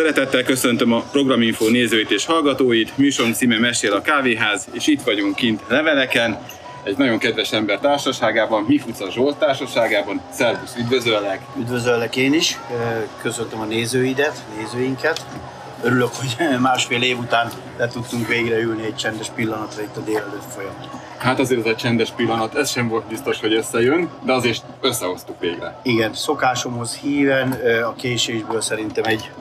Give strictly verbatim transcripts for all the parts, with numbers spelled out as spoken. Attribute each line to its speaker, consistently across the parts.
Speaker 1: Szeretettel köszöntöm a Programinfo nézőit és hallgatóit, műsorom címe Mesél a kávéház, és itt vagyunk kint Leveleken, egy nagyon kedves ember társaságában, Mikuca Zsolt társaságában. Szervusz, üdvözöllek!
Speaker 2: Üdvözöllek én is, köszöntöm a nézőidet, nézőinket. Örülök, hogy másfél év után le tudtunk végre ülni egy csendes pillanatra itt a délelőtt folyamán.
Speaker 1: Hát azért ez egy csendes pillanat, ez sem volt biztos, hogy összejön, de azért összehoztuk végre.
Speaker 2: Igen, szokásomhoz híven a késésből szerintem egy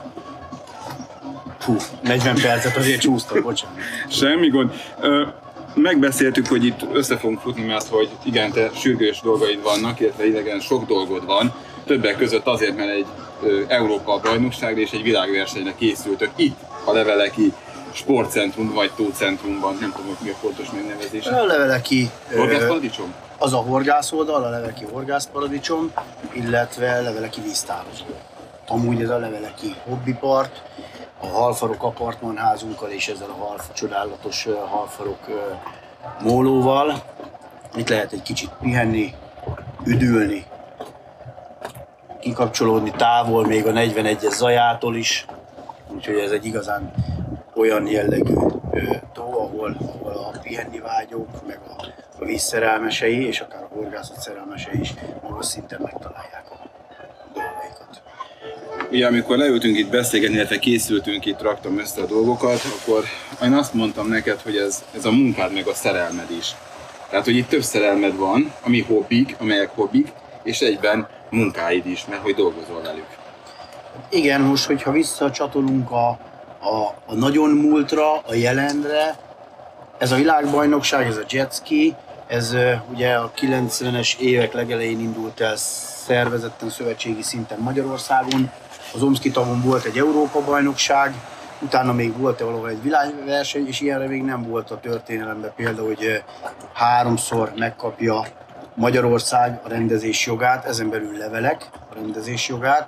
Speaker 2: Hú, negyven percet azért csúsztam, bocsánat.
Speaker 1: Semmi gond. Megbeszéltük, hogy itt össze fogunk futni, mert hogy igen, te sürgős dolgaid vannak, illetve idegen sok dolgod van. Többek között azért, mert egy Európa bajnokságra és egy világversenyre készültök itt a Leveleki Sportcentrum vagy Tócentrumban, nem tudom, hogy mi a pontos megnevezése.
Speaker 2: A Leveleki...
Speaker 1: Horgászparadicsom?
Speaker 2: Az a horgászoldal, a Leveleki Horgászparadicsom, illetve Leveleki Víztározó. Amúgy ez a Leveleki Hobbipart, a Halfarok apartmanházunkkal és ezzel a half, csodálatos halfarok mólóval. Itt lehet egy kicsit pihenni, üdülni, kikapcsolódni távol még a negyvenegyes zajától is. Úgyhogy ez egy igazán olyan jellegű tó, ahol, ahol a pihenni vágyók, meg a, a víz szerelmesei, és akár a horgászat szerelmesei is magas szinten megtalálják a dolgaikat.
Speaker 1: Ugye, amikor leültünk itt beszélgetni, illetve készültünk itt, raktam össze a dolgokat, akkor én azt mondtam neked, hogy ez, ez a munkád meg a szerelmed is. Tehát, hogy itt több szerelmed van, ami hobbik, amelyek hobbik, és egyben munkáid is, mert hogy dolgozol velük.
Speaker 2: Igen, most, hogyha visszacsatolunk a, a, a nagyon múltra, a jelenre, ez a világbajnokság, ez a jetski, ez ugye a kilencvenes évek legelején indult el szervezetten, szövetségi szinten Magyarországon. Az Omszki tavon volt egy Európa-bajnokság, utána még volt-e valahol egy világverseny, és ilyenre még nem volt a történelemben például, hogy háromszor megkapja Magyarország a rendezés jogát, ezen belül Levelek a rendezés jogát,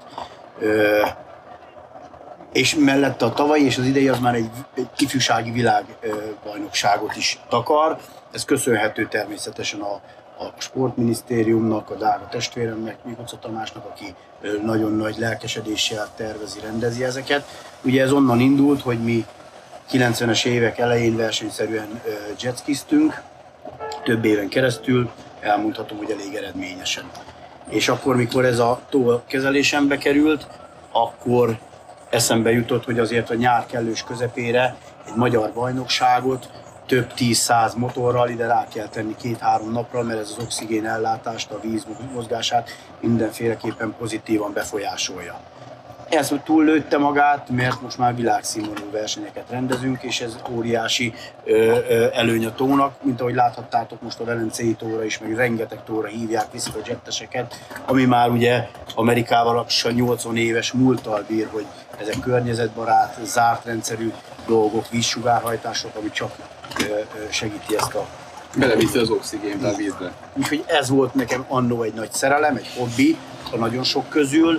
Speaker 2: és mellette a tavalyi és az idei az már egy, egy ifjúsági világbajnokságot is takar. Ez köszönhető természetesen a, a sportminisztériumnak, a drága testvéremnek, Mikuca Tamásnak, aki nagyon nagy lelkesedéssel tervezi, rendezi ezeket. Ugye ez onnan indult, hogy mi kilencvenes évek elején versenyszerűen jetskiztünk, több éven keresztül, elmondhatom, hogy elég eredményesen. És akkor, mikor ez a tó kezelésembe került, akkor eszembe jutott, hogy azért a nyár kellős közepére egy magyar bajnokságot több tíz-száz motorral ide rá kell tenni két-három napra, mert ez az oxigén ellátást, a víz mozgását mindenféleképpen pozitívan befolyásolja. Ez túllőtte magát, mert most már világszínvonalú versenyeket rendezünk, és ez óriási ö, ö, előny a tónak, mint ahogy láthattátok most a Velencei tóra is, meg rengeteg tóra hívják vissza a jetteseket, ami már ugye Amerikával lassan nyolcvan éves múlttal bír, hogy ezek környezetbarát, zárt rendszerű dolgok, vízsugárhajtások, ami csak ö, ö, segíti ezt a...
Speaker 1: Beleviszi az oxigént a vízbe.
Speaker 2: Úgyhogy ez volt nekem annó egy nagy szerelem, egy hobbi a nagyon sok közül.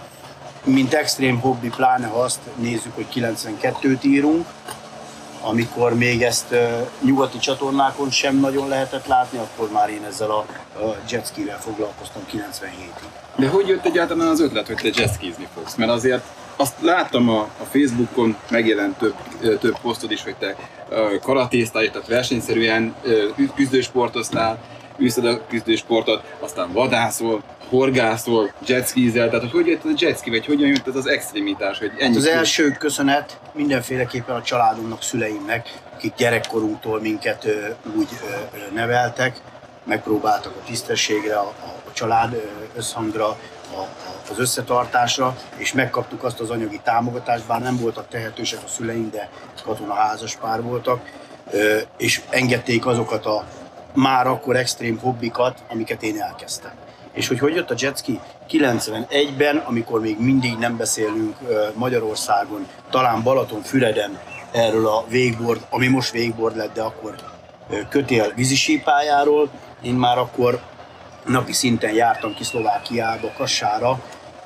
Speaker 2: Mint extrém hobbi, pláne ha azt nézzük, hogy kilencvenkettőt írunk, amikor még ezt uh, nyugati csatornákon sem nagyon lehetett látni, akkor már én ezzel a, a jetskivel foglalkoztam kilencvenhétig.
Speaker 1: De hogy jött egyáltalán az ötlet, hogy te jetskizni fogsz? Mert azért azt láttam a, a Facebookon, megjelent több, több posztod is, hogy te uh, karatéztál, tehát versenyszerűen uh, küzdősportoztál, űzted a küzdősportot, aztán vadászol, horgászol, jetskizel, tehát hogy jött ez a jetski, vagy hogyan jött ez az extremitás, hogy ennyi?
Speaker 2: Az első köszönet mindenféleképpen a családomnak, szüleimnek, akik gyerekkorunktól minket ö, úgy ö, ö, neveltek, megpróbáltak a tisztességre, a, a család ö, összhangra, a, a, az összetartásra, és megkaptuk azt az anyagi támogatást, bár nem voltak tehetősek a szüleim, de katona házaspár voltak, ö, és engedték azokat a már akkor extrém hobbikat, amiket én elkezdtem. És hogy hogy jött a jetski? kilencvenegyben, amikor még mindig nem beszélünk Magyarországon, talán Balatonfüreden erről a wakeboard, ami most wakeboard lett, de akkor kötél vízisípájáról, én már akkor napi szinten jártam ki Szlovákiába, Kassára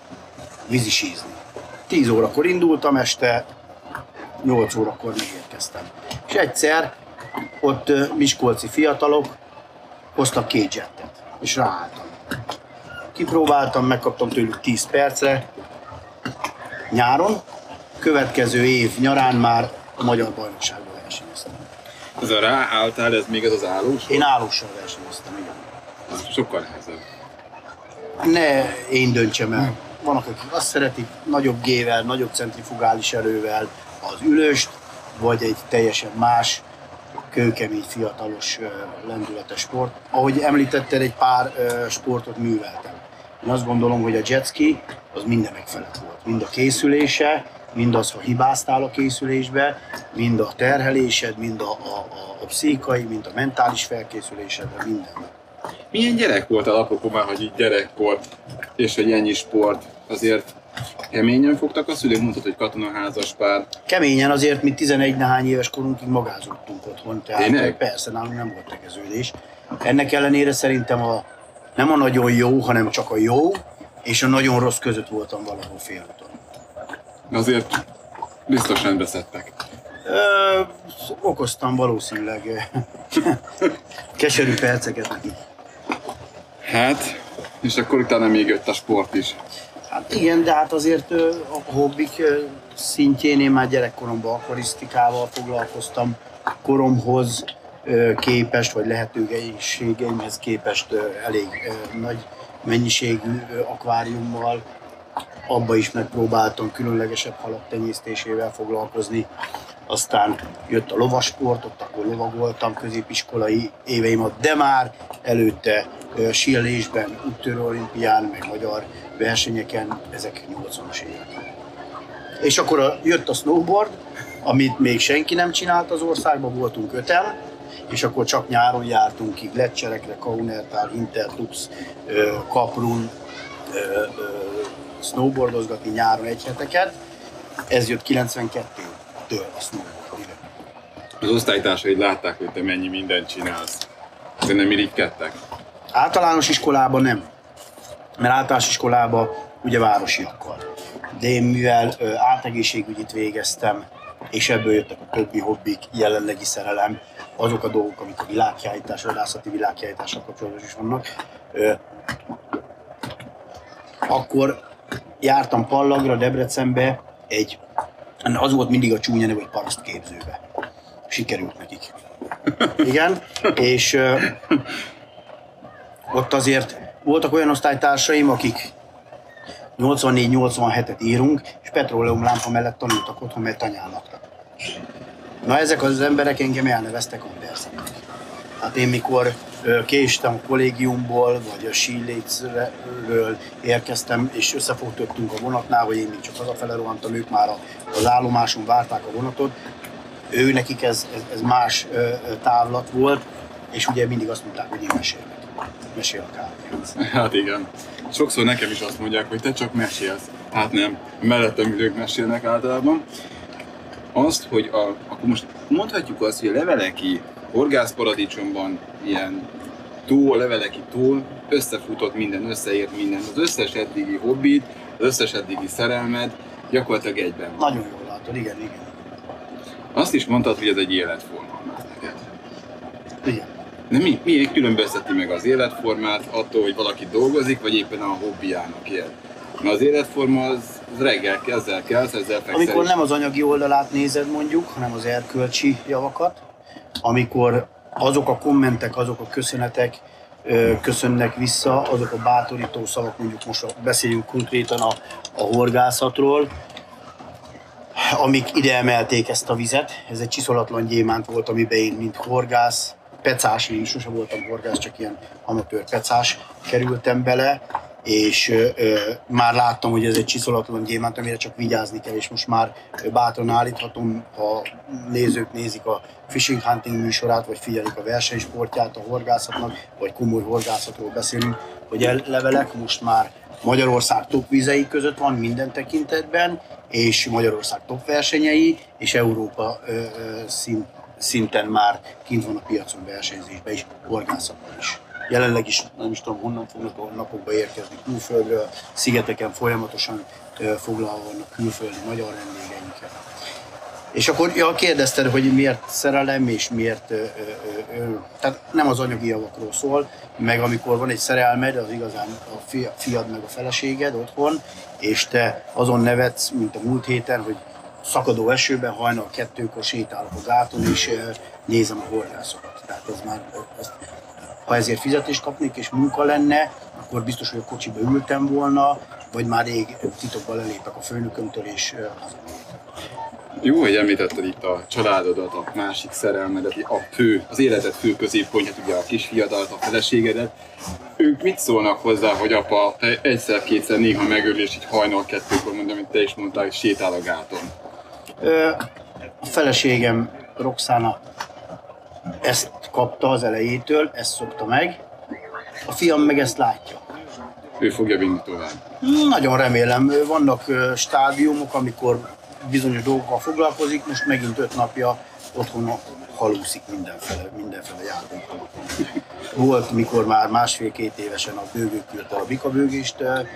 Speaker 2: vízisízni. tíz órakor indultam este, nyolc órakor megérkeztem. És egyszer ott miskolci fiatalok hoztak két jettet, és ráálltam. Kipróbáltam, megkaptam tőlük tíz percre nyáron, következő év nyarán már a magyar bajnokságban versenyeztem.
Speaker 1: Ez a ráálltál, ez még ez az állós?
Speaker 2: Én állóssal versenyeztem, igen.
Speaker 1: Ez sokkal nehezebb.
Speaker 2: Ne én döntsem el. Vannak, akik azt szeretik, nagyobb gével, nagyobb centrifugális erővel az ülőst, vagy egy teljesen más, kőkemény, fiatalos, lendületes sport. Ahogy említetted, egy pár sportot műveltem. Én azt gondolom, hogy a jetski az mindenek felett volt. Mind a készülése, mind az, ha hibáztál a készülésbe, mind a terhelésed, mind a, a, a, a pszichai, mind a mentális felkészülésedre, minden.
Speaker 1: Milyen gyerek voltál, apropó már, hogy így gyerekkor, és hogy ennyi sport, azért keményen fogtak a szülők, mondtad, hogy katonaházas pár.
Speaker 2: Keményen azért, mi tizenegy nehány éves korunkig magázottunk otthon, tehát
Speaker 1: Tényleg?
Speaker 2: Persze nálunk nem volt tegeződés. Ennek ellenére szerintem a, nem a nagyon jó, hanem csak a jó, és a nagyon rossz között voltam valahol félúton.
Speaker 1: Azért biztos rendbe szedtek.
Speaker 2: Ö, okoztam valószínűleg keserű perceket neki.
Speaker 1: Hát, és akkor utána még jött a sport is.
Speaker 2: Hát igen, de hát azért a hobbik szintjén én már gyerekkoromban akvarisztikával foglalkoztam, koromhoz képest, vagy lehetőségeimhez képest elég nagy mennyiségű akváriummal. Abba is megpróbáltam különlegesebb halak tenyésztésével foglalkozni. Aztán jött a lovasport, ott akkor lovagoltam középiskolai éveimat, de már előtte síelésben, úttörő olimpián, meg magyar versenyeken, ezek nyolcvanas évek. És akkor a, jött a snowboard, amit még senki nem csinált az országban, voltunk öten, és akkor csak nyáron jártunk ki Gletscherekre, Kaunertál, Hintertux, Kaprun, snowboardozgatni nyáron egy heteket. Ez jött kilencvenkettőtől a snowboard.
Speaker 1: Az osztálytársaid látták, hogy te mennyi mindent csinálsz. De nem irigykedtek?
Speaker 2: Általános iskolában nem. Mert általános iskolában ugye városiakkal. De én mivel ö, átegészségügyit végeztem, és ebből jöttek a többi hobbik, jelenlegi szerelem, azok a dolgok, amik a világkiállítás, a vadászati világkiállítással kapcsolatban is vannak, ö, akkor jártam Pallagra, Debrecenbe, egy, az volt mindig a csúnya neve, hogy parasztképzőbe. Sikerült nekik. Igen, és ö, ott azért voltak olyan osztálytársaim, akik nyolcvannégy nyolcvanhetet írunk, és petróleumlámpa mellett tanultak otthon, mert tanyállattak. Na ezek az emberek engem elneveztek Andersennek. Hát én mikor ö, késtem a kollégiumból, vagy a sílécről érkeztem, és összefogtottunk a vonatnál, hogy én még csak hazafele rohantam, ők már az állomáson várták a vonatot. Ő nekik ez, ez, ez más ö, távlat volt, és ugye mindig azt mondták, hogy én mesélek. Mesél a kávéhez.
Speaker 1: Hát igen. Sokszor nekem is azt mondják, hogy te csak mesélsz. Hát nem, mellettem ülők mesélnek általában. Azt, hogy a, akkor most mondhatjuk azt, hogy a leveleki horgászparadicsomban ilyen tó, leveleki tó összefutott minden, összeért minden. Az összes eddigi hobbit, az összes eddigi szerelmed gyakorlatilag egyben van.
Speaker 2: Nagyon jól látod, igen, igen.
Speaker 1: Azt is mondtad, hogy ez egy életforma neked.
Speaker 2: Igen.
Speaker 1: De mi, mi különbözteti meg az életformát attól, hogy valaki dolgozik, vagy éppen a hobbiának él? Mert az életforma az, az reggel ezzel kelsz, ezzel fekszel.
Speaker 2: Amikor nem az anyagi oldalát nézed mondjuk, hanem az erkölcsi javakat, amikor azok a kommentek, azok a köszönetek ö, köszönnek vissza, azok a bátorító szavak, mondjuk most beszéljünk konkrétan a, a horgászatról, amik ide emelték ezt a vizet. Ez egy csiszolatlan gyémánt volt, amiben én, mint horgász, pecás, én sosem voltam horgász, csak ilyen amatőr pecás kerültem bele, és ö, ö, már láttam, hogy ez egy csiszolatlan gyémánt, amire csak vigyázni kell, és most már bátran állíthatom, ha nézők nézik a fishing hunting műsorát, vagy figyelik a versenysportját a horgászatnak, vagy komoly horgászatról beszélünk, hogy a levelek most már Magyarország top vizei között van minden tekintetben, és Magyarország top versenyei, és Európa ö, ö, szint, szinten már kint van a piacon versenyzésben is, horgászatban is. Jelenleg is nem is tudom, honnan fognak a napokba érkezni külföldről, szigeteken folyamatosan ö, foglalva vannak külföldi magyar vendégeinket. És akkor ja, kérdezted, hogy miért szerelem és miért, ö, ö, ö, tehát nem az anyagi javakról szól, meg amikor van egy szerelmed, az igazán a fiad meg a feleséged otthon, és te azon nevetsz, mint a múlt héten, hogy szakadó esőben hajnal kettőkor sétálok a gáton, és nézem a horgászokat. Tehát ez már, ez, ha ezért fizetést kapnék és munka lenne, akkor biztos, hogy a kocsiba ültem volna, vagy már rég titokban lelépek a főnökömtől, és
Speaker 1: Jó, hogy említetted itt a családodat, a másik szerelmedet, a fő, az életed fő középpontját, ugye a kisfiadat, a feleségedet. Ők mit szólnak hozzá, hogy apa egyszer-kétszer néha megörül, és így hajnal kettőkor, mondom, amit te is mondtál, hogy sétál a gáton?
Speaker 2: A feleségem, Roxana, ezt kapta az elejétől, ezt szokta meg. A fiam meg ezt látja.
Speaker 1: Ő fogja vinni tovább.
Speaker 2: Nagyon remélem. Vannak stádiumok, amikor bizonyos dolgokkal foglalkozik, most megint öt napja otthon halúszik mindenfele, mindenfele játékon. Volt, mikor már másfél-két évesen a bőgők küldte a bikabőgést,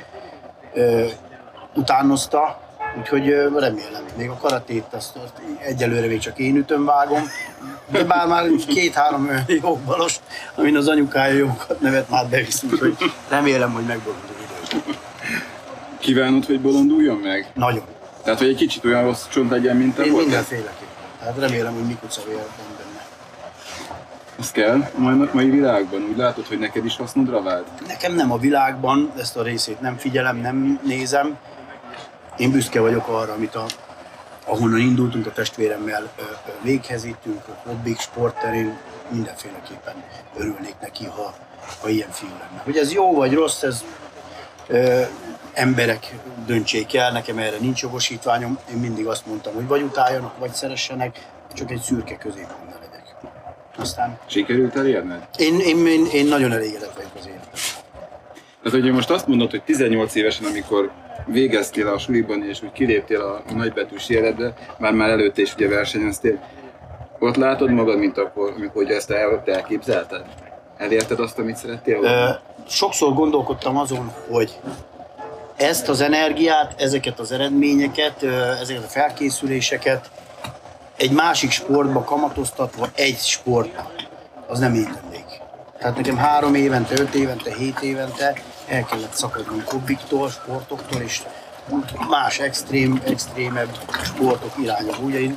Speaker 2: utánozta, úgyhogy remélem. Még a karatét azt, azt egyelőre még csak én ütöm, vágom, de bár már két-három olyan jó balos, amin az anyukája jókat nevet már bevisz, úgyhogy remélem, hogy megbolondul időt.
Speaker 1: Kívánod, hogy bolonduljon meg?
Speaker 2: Nagyon.
Speaker 1: Tehát, hogy egy kicsit olyan rossz csont legyen, mint te
Speaker 2: Én
Speaker 1: volt?
Speaker 2: mindenféleképpen. Tehát remélem, hogy Mikuca vér van benne.
Speaker 1: Ez kell a mai, mai világban? Úgy látod, hogy neked is hasznodra vált?
Speaker 2: Nekem nem a világban, ezt a részét nem figyelem, nem nézem. Én büszke vagyok arra, amit a, ahonnan indultunk a testvéremmel, véghezítünk, a hobbik, sportterén, mindenféleképpen örülnék neki, ha, ha ilyen fiú lenne. Hogy ez jó vagy rossz, ez ö, emberek döntsék el, nekem erre nincs jogosítványom. Én mindig azt mondtam, hogy vagy utáljanak, vagy szeressenek, csak egy szürke középpontban legyek. Aztán...
Speaker 1: Sikerült elérned?
Speaker 2: Én, én, én, én nagyon elégedett vagyok az életem.
Speaker 1: Tehát, hogy most azt mondod, hogy tizennyolc évesen, amikor végeztél a suliban és úgy kiléptél a nagybetűs életbe, már már előtte is ugye versenyeztél, ott látod magad, mint akkor, amikor ezt el, te elképzelted? Elérted azt, amit szerettél volna?
Speaker 2: Sokszor gondolkodtam azon, hogy ezt az energiát, ezeket az eredményeket, ezeket a felkészüléseket egy másik sportba kamatoztatva egy sportnak, az nem én lennék. Tehát nekem három évente, öt évente, hét évente el kellett szakadnom hobbiktól, sportoktól és más extrém, extrémebb sportok irányba. Ugye én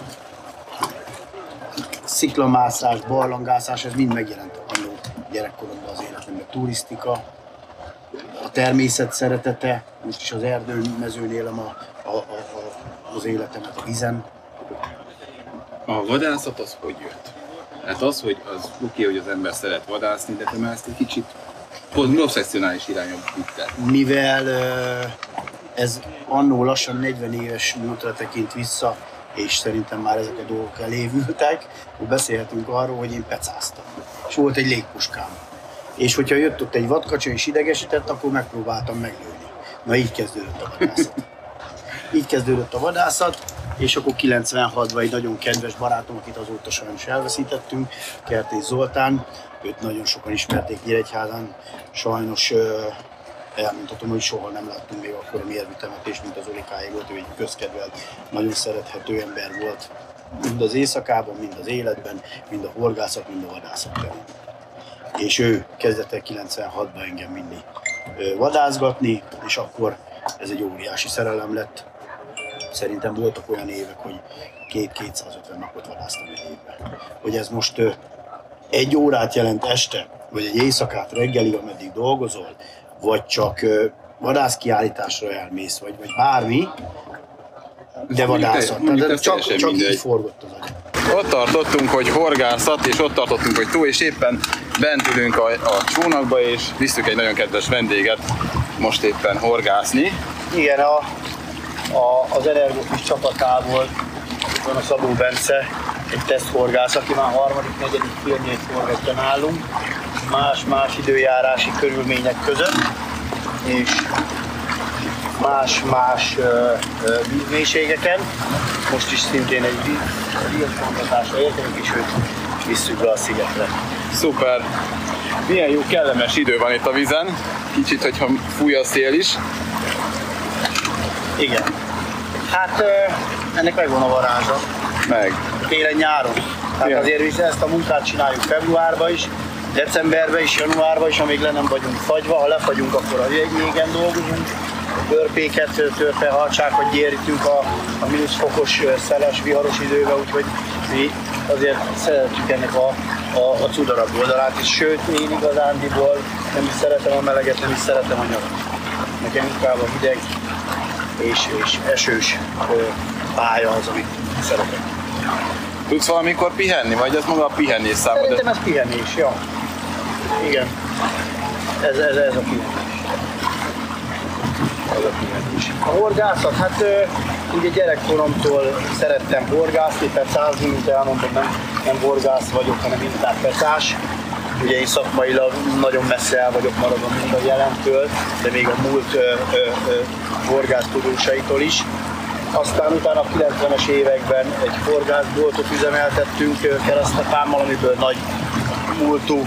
Speaker 2: sziklamászás, barlangászás, ez mind megjelent annó gyerekkoromban az életemben. Turisztika, a természet szeretete, most is az erdőn, mezőn élem a, a, a, a, az életemet a vizen.
Speaker 1: A vadászat az hogy jött? Hát az, hogy az oké, okay, hogy az ember szeret vadászni, de te már ezt egy kicsit professzionális irányba vitted.
Speaker 2: Mivel ez annó lassan negyven éves múltra tekint vissza, és szerintem már ezek a dolgok elévültek, akkor beszélhetünk arról, hogy én pecáztam. És volt egy légpuskám. És hogyha jött ott egy vadkacsa és idegesített, akkor megpróbáltam meglőni. Na így kezdődött a vadászat. Így kezdődött a vadászat, és akkor kilencvenhatban egy nagyon kedves barátom, akit azóta sajnos elveszítettünk, Kertész Zoltán, őt nagyon sokan ismerték Nyíregyházán, sajnos elmondhatom, hogy soha nem láttunk még akkor a mérvütemetést, mint az Olikáé volt, ő egy közkedvelt, nagyon szerethető ember volt, mind az éjszakában, mind az életben, mind a horgászat, mind a vadászat terén. És ő kezdett el kilencvenhatban engem mindig vadászgatni, és akkor ez egy óriási szerelem lett. Szerintem voltak olyan évek, hogy két-kétszázötven napot vadásztam egy évben. Hogy ez most egy órát jelent este, vagy egy éjszakát reggelig, ameddig dolgozol, vagy csak vadászkiállításra elmész, vagy, vagy bármi, de vadászat. Tehát csak, csak így forgott az agyam.
Speaker 1: Ott tartottunk, hogy horgászat, és ott tartottunk, hogy tó, és éppen bent ülünk a, a csónakba, és visszük egy nagyon kedves vendéget most éppen horgászni.
Speaker 2: Igen, a, a, az Energofis csapatából itt van a Szabó Bence, egy teszthorgász, aki már harmadik, negyedik filmjét forgatja nálunk, más-más időjárási körülmények között, és más-más vízmélységeken. Most is szintén egy vízforgatásra érkezik, és őt visszük be a szigetre.
Speaker 1: Szuper! Milyen jó, kellemes idő van itt a vízen, kicsit, hogyha fúj a szél is.
Speaker 2: Igen. Hát ennek megvan a varázsa.
Speaker 1: Meg.
Speaker 2: Télen-nyáron. Tehát igen. Azért is ezt a munkát csináljuk februárban is, decemberben is, januárban is, amíg le nem vagyunk fagyva. Ha lefagyunk, akkor a jégen dolgozunk, törpéket, törpeharcsákat gyérítünk a, a mínuszfokos, szeles, viharos időben, úgyhogy mi azért szeretjük ennek a, a, a cudarabb oldalát is, sőt, én igazándiból nem is szeretem a meleget, nem is szeretem a nyarat. Nekem inkább a hideg és, és esős pálya az, amit szeretek.
Speaker 1: Tudsz valamikor pihenni, vagy ez maga a pihenés számod?
Speaker 2: Szerintem ez pihenés, ja. Igen. Ez, ez, ez a pihenés. Ez a pihenés. A horgászat, hát ugye gyerekkoromtól szerettem horgászni, pecázni, mint elmondom, nem, nem horgász vagyok, hanem inkább pecás. Ugye én szakmailag nagyon messze el vagyok maradva mind a jelentől, de még a múlt ö, ö, ö, horgász tudósaitól is. Aztán utána a kilencvenes években egy horgászboltot üzemeltettünk keresztapámmal, amiből nagy múltú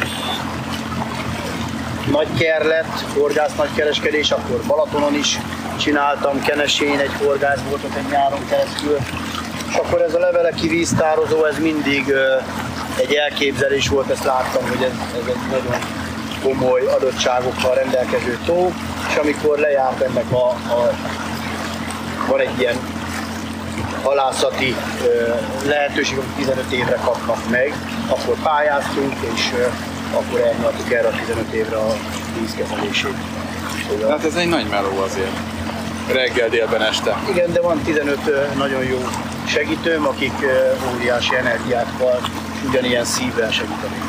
Speaker 2: nagyker lett, horgász nagykereskedés, akkor Balatonon is csináltam, Kenesén egy horgászboltot egy nyáron keresztül. És akkor ez a leveleki víztározó, ez mindig egy elképzelés volt, ezt láttam, hogy ez, ez egy nagyon komoly adottságokkal rendelkező tó, és amikor lejárt ennek a, a van egy ilyen halászati lehetőség, amit tizenöt évre kapnak meg, akkor pályáztunk, és akkor elnyaltuk erre a tizenöt évre a vízkezelését. Szóval...
Speaker 1: Hát ez egy nagy meló azért. Reggel, délben, este.
Speaker 2: Igen, de van tizenöt nagyon jó segítőm, akik óriási energiákkal, ugyanilyen szívvel segítenek.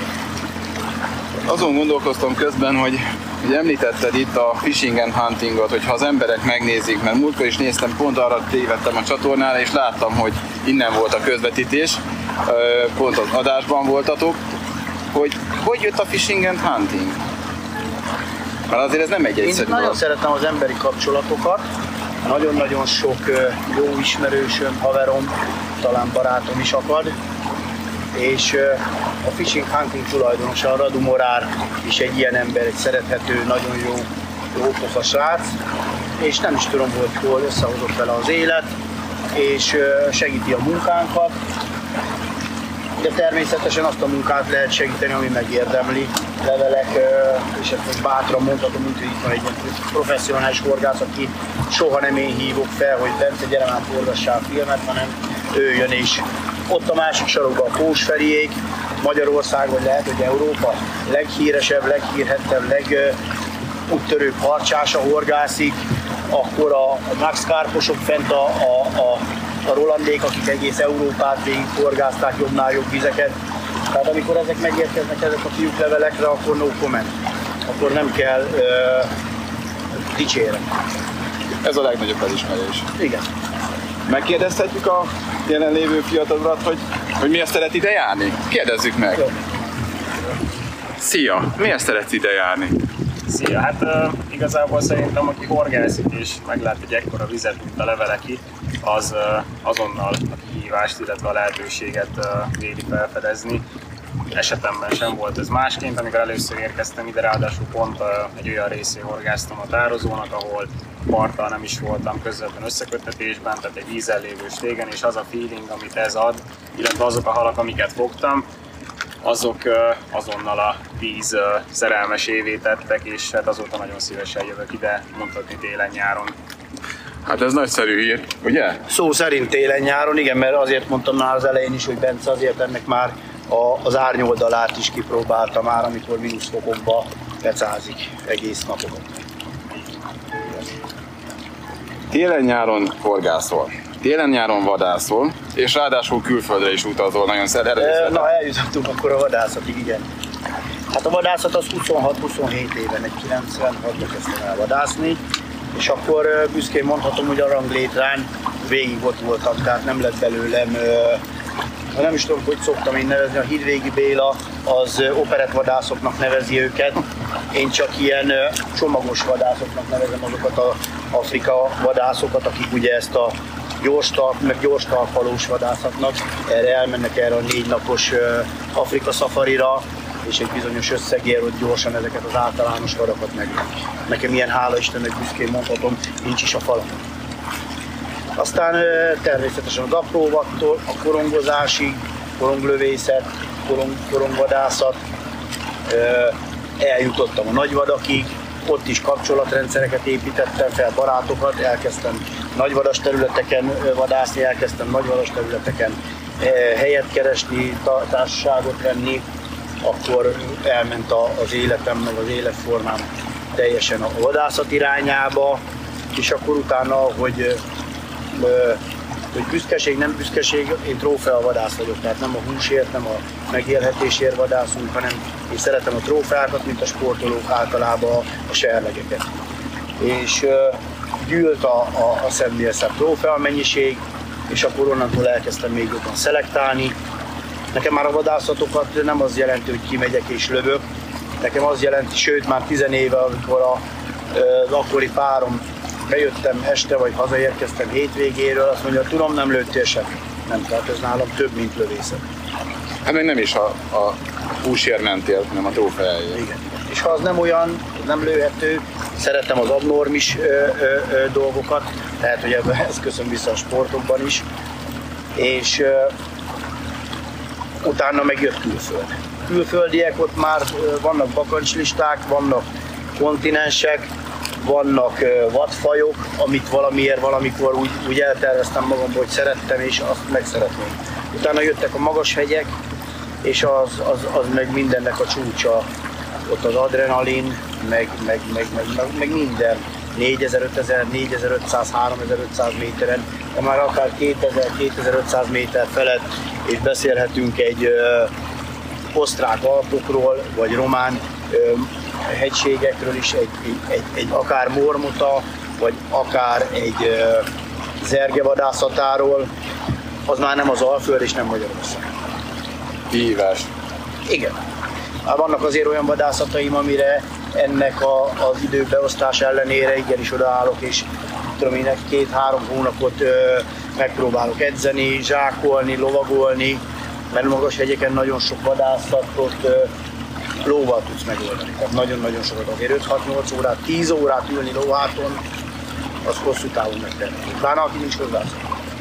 Speaker 1: Azon gondolkoztam közben, hogy ugye említetted itt a fishing and huntingot, hogy ha az emberek megnézik, mert múltkor is néztem, pont arra tévedtem a csatornára, és láttam, hogy innen volt a közvetítés, pont az adásban voltatok, hogy hogy jött a fishing and hunting? Mert azért ez nem egy egyszerű.
Speaker 2: Én nagyon szeretem az emberi kapcsolatokat, nagyon-nagyon sok jó ismerősöm, haverom, talán barátom is akad, és a fishing hunting tulajdonosa, a Radu Morár is egy ilyen ember, egy szerethető, nagyon jó, jó pofa srác, és nem is tudom, hogy hol összehozott vele az élet, és segíti a munkánkat, de természetesen azt a munkát lehet segíteni, ami megérdemli. Levelek, és ezt bátran mondhatom, mint hogy itt van egy professzionális horgász, aki soha nem én hívok fel, hogy Bence, gyere már forgassál filmet, hanem ő jön is. Ott a másik sarokban a Pósferiék, Magyarország, vagy lehet, hogy Európa leghíresebb, leghírhettebb, legúttörőbb harcsása horgászik, akkor a Max Kárposok fent a, a, a, a Rolandék, akik egész Európát végig horgázták jobbnál jobb vizeket. Tehát amikor ezek megérkeznek, ezek a fiúk levelekre, akkor no comment. Akkor nem kell uh, dicsérni.
Speaker 1: Ez a legnagyobb elismerés.
Speaker 2: Igen.
Speaker 1: Megkérdezhetjük a jelenlévő fiatalokat, hogy, hogy miért szeret ide járni? Kérdezzük meg. Jó. Szia! Miért szeretsz ide járni?
Speaker 3: Szia! Hát uh, igazából szerintem, aki horgászik és meglát egy ekkora vizet, mint a leveleki, az uh, azonnal a kihívást, illetve a lehetőséget uh, véli felfedezni. Esetemben sem volt ez másként, amikor először érkeztem ide, ráadásul pont uh, egy olyan részén horgáztam a tározónak, ahol parttal nem is voltam közvetlen összeköttetésben, tehát egy vízzel lévő stégen, és az a feeling, amit ez ad, illetve azok a halak, amiket fogtam, azok uh, azonnal a víz uh, szerelmesévé tettek, és hát azóta nagyon szívesen jövök ide, mondhatni télen-nyáron.
Speaker 1: Hát ez nagyszerű hír, ugye?
Speaker 2: Szó szerint télen-nyáron, igen, mert azért mondtam már az elején is, hogy Bence azért ennek már a, az árnyoldalát is kipróbálta már, amikor mínuszfokokba pecázik egész napokat.
Speaker 1: Télen-nyáron horgászol, télen-nyáron vadászol, és ráadásul külföldre is utazol, nagyon szeretem.
Speaker 2: Na, eljutottunk akkor a vadászatig, igen. Hát a vadászat az huszonhat-huszonhét éven, egy kilencvenhatban kezdtem el vadászni, és akkor büszkén mondhatom, hogy a ranglétrán végig ott voltam, tehát nem lett belőlem, nem is tudom, hogy szoktam én nevezni, a Hídvégi Béla az operettvadászoknak nevezi őket, én csak ilyen csomagos vadászoknak nevezem azokat az Afrika vadászokat, akik ugye ezt a gyors talp, meg gyors talpalós vadászatnak, erre elmennek erre a négy napos Afrika szafarira, és egy bizonyos összegér, hogy gyorsan ezeket az általános vadakat megölik. Nekem ilyen, hála Istennek, büszkén mondhatom, nincs is a falam. Aztán természetesen az apró vattól a korongozásig, koronglövészet, korong, korongvadászat, eljutottam a nagyvadakig, ott is kapcsolatrendszereket építettem fel, barátokat, elkezdtem nagyvadas területeken vadászni, elkezdtem nagyvadas területeken helyet keresni, társaságot venni, akkor elment az életem, meg az életformám teljesen a vadászat irányába, és akkor utána, hogy, hogy büszkeség, nem büszkeség, én trófeavadász vagyok, tehát nem a húsért, nem a megélhetésért vadászunk, hanem én szeretem a trófeákat, mint a sportolók általában a serlegeket. És gyűlt a, a, a szemnél szebb trófea mennyiség, és akkor onnantól elkezdtem még jobban szelektálni. Nekem már a vadászatokat nem az jelenti, hogy kimegyek és lövök, nekem az jelenti, sőt már tizen éve, amikor a, az akkori párom bejöttem este, vagy hazaérkeztem hétvégéről, azt mondja, tudom, nem lőttél semmit. Nem, tehát ez nálam több, mint lövészet.
Speaker 1: Hát még nem is a, a húsért mentél, hanem a trófeáért.
Speaker 2: Igen. És ha az nem olyan, nem lőhető, szeretem az abnormis ö, ö, ö, dolgokat, lehet, hogy ebben ez köszön vissza a sportokban is, és ö, utána megjött külföld. Külföldiek, ott már vannak bakancslisták, vannak kontinensek, vannak vadfajok, amit valamiért valamikor úgy, úgy elterveztem magamból, hogy szerettem, és azt meg szeretném. Utána jöttek a magas hegyek, és az, az, az meg mindennek a csúcsa, ott az adrenalin, meg, meg, meg, meg, meg, meg minden. négyezer, ötezer, négyezer-ötszáz, háromezer-ötszáz méteren, de már akár kétezer-kétezer-ötszáz méter felett, és beszélhetünk egy ö, osztrák Alpokról, vagy román ö, hegységekről is, egy, egy, egy akár mormota, vagy akár egy ö, zergevadászatáról, az már nem az Alföld és nem Magyarország.
Speaker 1: Kihívás.
Speaker 2: Igen. Hát vannak azért olyan vadászataim, amire ennek a, az időbeosztás ellenére igenis odaállok, és tudom én, két-három hónapot ö, megpróbálok edzeni, zsákolni, lovagolni, mert magas hegyeken nagyon sok vadászatot ö, lóval tudsz megoldani. Tehát nagyon-nagyon sokat, azért öt-hat-nyolc órát, tíz órát ülni lóháton, az hosszú távon megtenni. Pláne aki nincs hozzászok.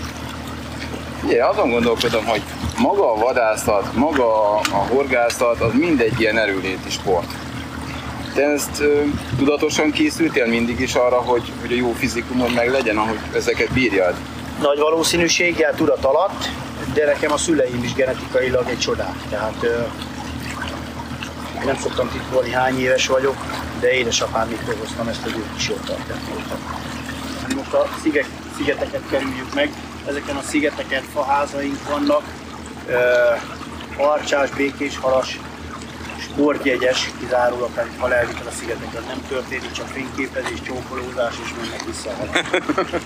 Speaker 1: Igen, azon gondolkodom, hogy maga a vadászat, maga a horgászat, az mindegy ilyen erőléti sport. Te ezt ö, tudatosan készültél mindig is arra, hogy, hogy a jó fizikumon meg legyen, ahogy ezeket bírjad?
Speaker 2: Nagy valószínűséggel tudat alatt, de nekem a szüleim is genetikailag egy csodák. Tehát ö, nem szoktam titkolni, hány éves vagyok, de édesapáméktól hoztam ezt, hogy ők is jól tartják voltak. Most a sziget, szigeteket kerüljük meg. Ezeken a szigeteken faházaink vannak, harcsás, békés, halas, sportjegyes, kizárólag, tehát ha elvitel a szigeteken nem történik, csak fényképezés, csókolózás és mennek vissza a halak.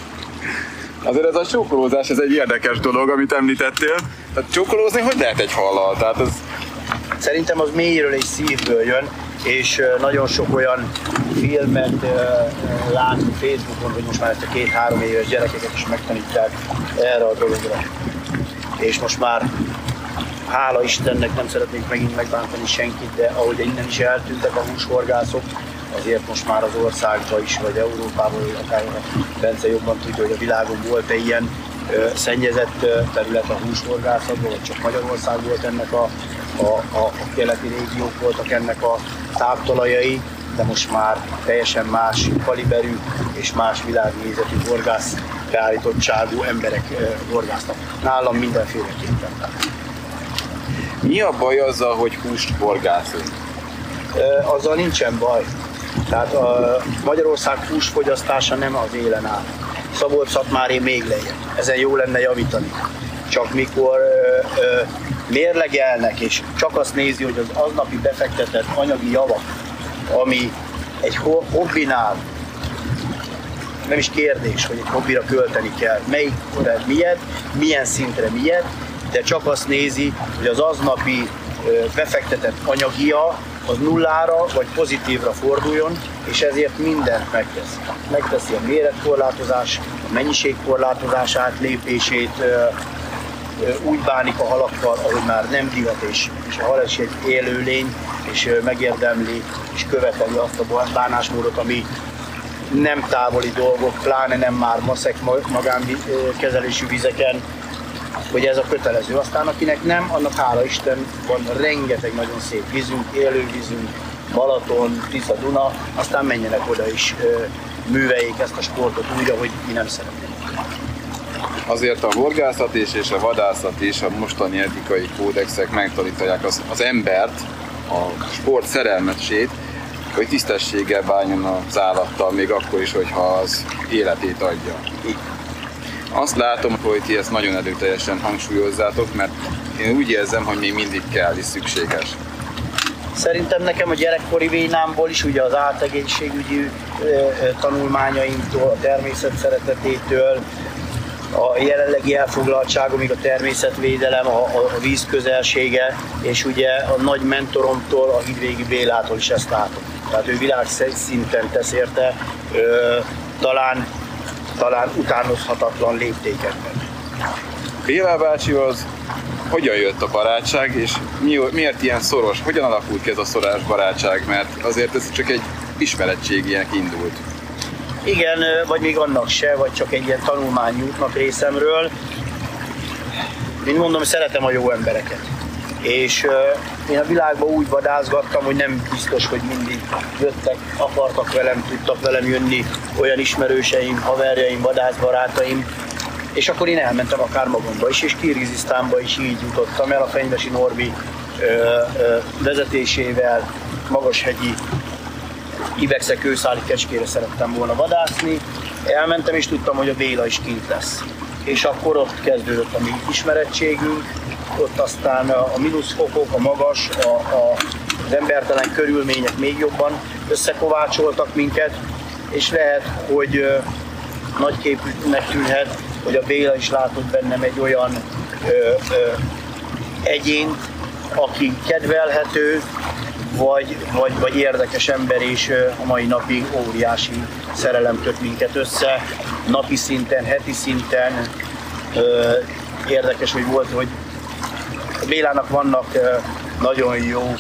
Speaker 1: Azért ez a csókolózás, ez egy érdekes dolog, amit említettél. Tehát csókolózni hogy lehet egy hallal? Tehát ez...
Speaker 2: Szerintem az mélyről és szívből jön, és nagyon sok olyan filmet látunk Facebookon, hogy most már ezt a két-három éves gyerekeket is megtanítják erre a dologra. És most már hála Istennek, nem szeretnék megint megbántani senkit, de ahogy innen is eltűntek a húshorgászok, azért most már az országban is, vagy Európában, vagy akár Bence jobban tudja, hogy a világon volt-e ilyen ö, szennyezett terület a húshorgászatban, vagy csak Magyarország volt ennek a, a, a, a keleti régiók voltak ennek a táptalajai, de most már teljesen más kaliberű és más világnézetű horgász beállítottságú emberek horgásznak. Nálam mindenféleképpen.
Speaker 1: Mi a baj azzal, hogy húst horgászunk?
Speaker 2: Azzal nincsen baj. Tehát a Magyarország húsfogyasztása nem az élen áll. Szabolcs-Szatmáré még lejjebb. Ezen jó lenne javítani. Csak mikor ö, ö, mérlegelnek és csak azt nézi, hogy az aznapi befektetett anyagi javak, ami egy hobbinál, nem is kérdés, hogy egy hobbira költeni kell, melyik miért, milyen szintre miért, de csak azt nézi, hogy az aznapi befektetett anyagia az nullára vagy pozitívra forduljon, és ezért mindent megtesz. Megteszi a méretkorlátozás, a mennyiségkorlátozás átlépését, úgy bánik a halakkal, ahogy már nem divat, és, és a hal is egy élőlény, és megérdemli, és követeli azt a bánásmódot, ami nem távoli dolgok, pláne nem már maszek magánkezelésű vizeken, hogy ez a kötelező. Aztán akinek nem, annak hála Isten van rengeteg nagyon szép vízünk, élő vízünk, Balaton, Tisza, Duna, aztán menjenek oda is, műveljék ezt a sportot úgy, ahogy mi nem szeretnénk.
Speaker 1: Azért a horgászat is és a vadászat is, a mostani etikai kódexek megtanítják az, az embert, a sport szerelmesét, hogy tisztességgel bánjon az állattal, még akkor is, hogyha az életét adja. Azt látom, hogy ti ezt nagyon erőteljesen hangsúlyozzátok, mert én úgy érzem, hogy még mindig kell és szükséges.
Speaker 2: Szerintem nekem a gyerekkori vénámból is, ugye az átegészségügyi tanulmányaimtól, a természet szeretetétől, a jelenlegi elfoglaltságomig a természetvédelem, a, a víz közelsége, és ugye a nagy mentoromtól, a Hidvégi Bélától is ezt látom. Tehát ő világszinten tesz érte, ö, talán, talán utánozhatatlan léptékekben.
Speaker 1: Béla bácsihoz hogyan jött a barátság, és mi, miért ilyen szoros? Hogyan alakult ki ez a szoros barátság? Mert azért ez csak egy ismerettségének indult.
Speaker 2: Igen, vagy még annak se, vagy csak egy ilyen tanulmányútnak részemről. Én mondom, szeretem a jó embereket. És uh, én a világban úgy vadászgattam, hogy nem biztos, hogy mindig jöttek, akartak velem, tudtak velem jönni olyan ismerőseim, haverjaim, vadászbarátaim. És akkor én elmentem akár magamba is, és Kirgizisztánba is így jutottam el a Fenyvesi Norbi uh, uh, vezetésével, magashegyi Ibexe kőszáli kecskére szerettem volna vadászni. Elmentem és tudtam, hogy a Béla is kint lesz. És akkor ott kezdődött a mi ismerettségünk, ott aztán a mínuszfokok, a magas, a, a, az embertelen körülmények még jobban összekovácsoltak minket, és lehet, hogy uh, nagyképűnek tűnhet, hogy a Béla is látott bennem egy olyan ö, ö, egyént, aki kedvelhető, vagy, vagy, vagy érdekes ember, és a mai napig óriási szerelem köt minket össze, napi szinten, heti szinten. Érdekes, hogy volt, hogy a Bélának vannak nagyon jó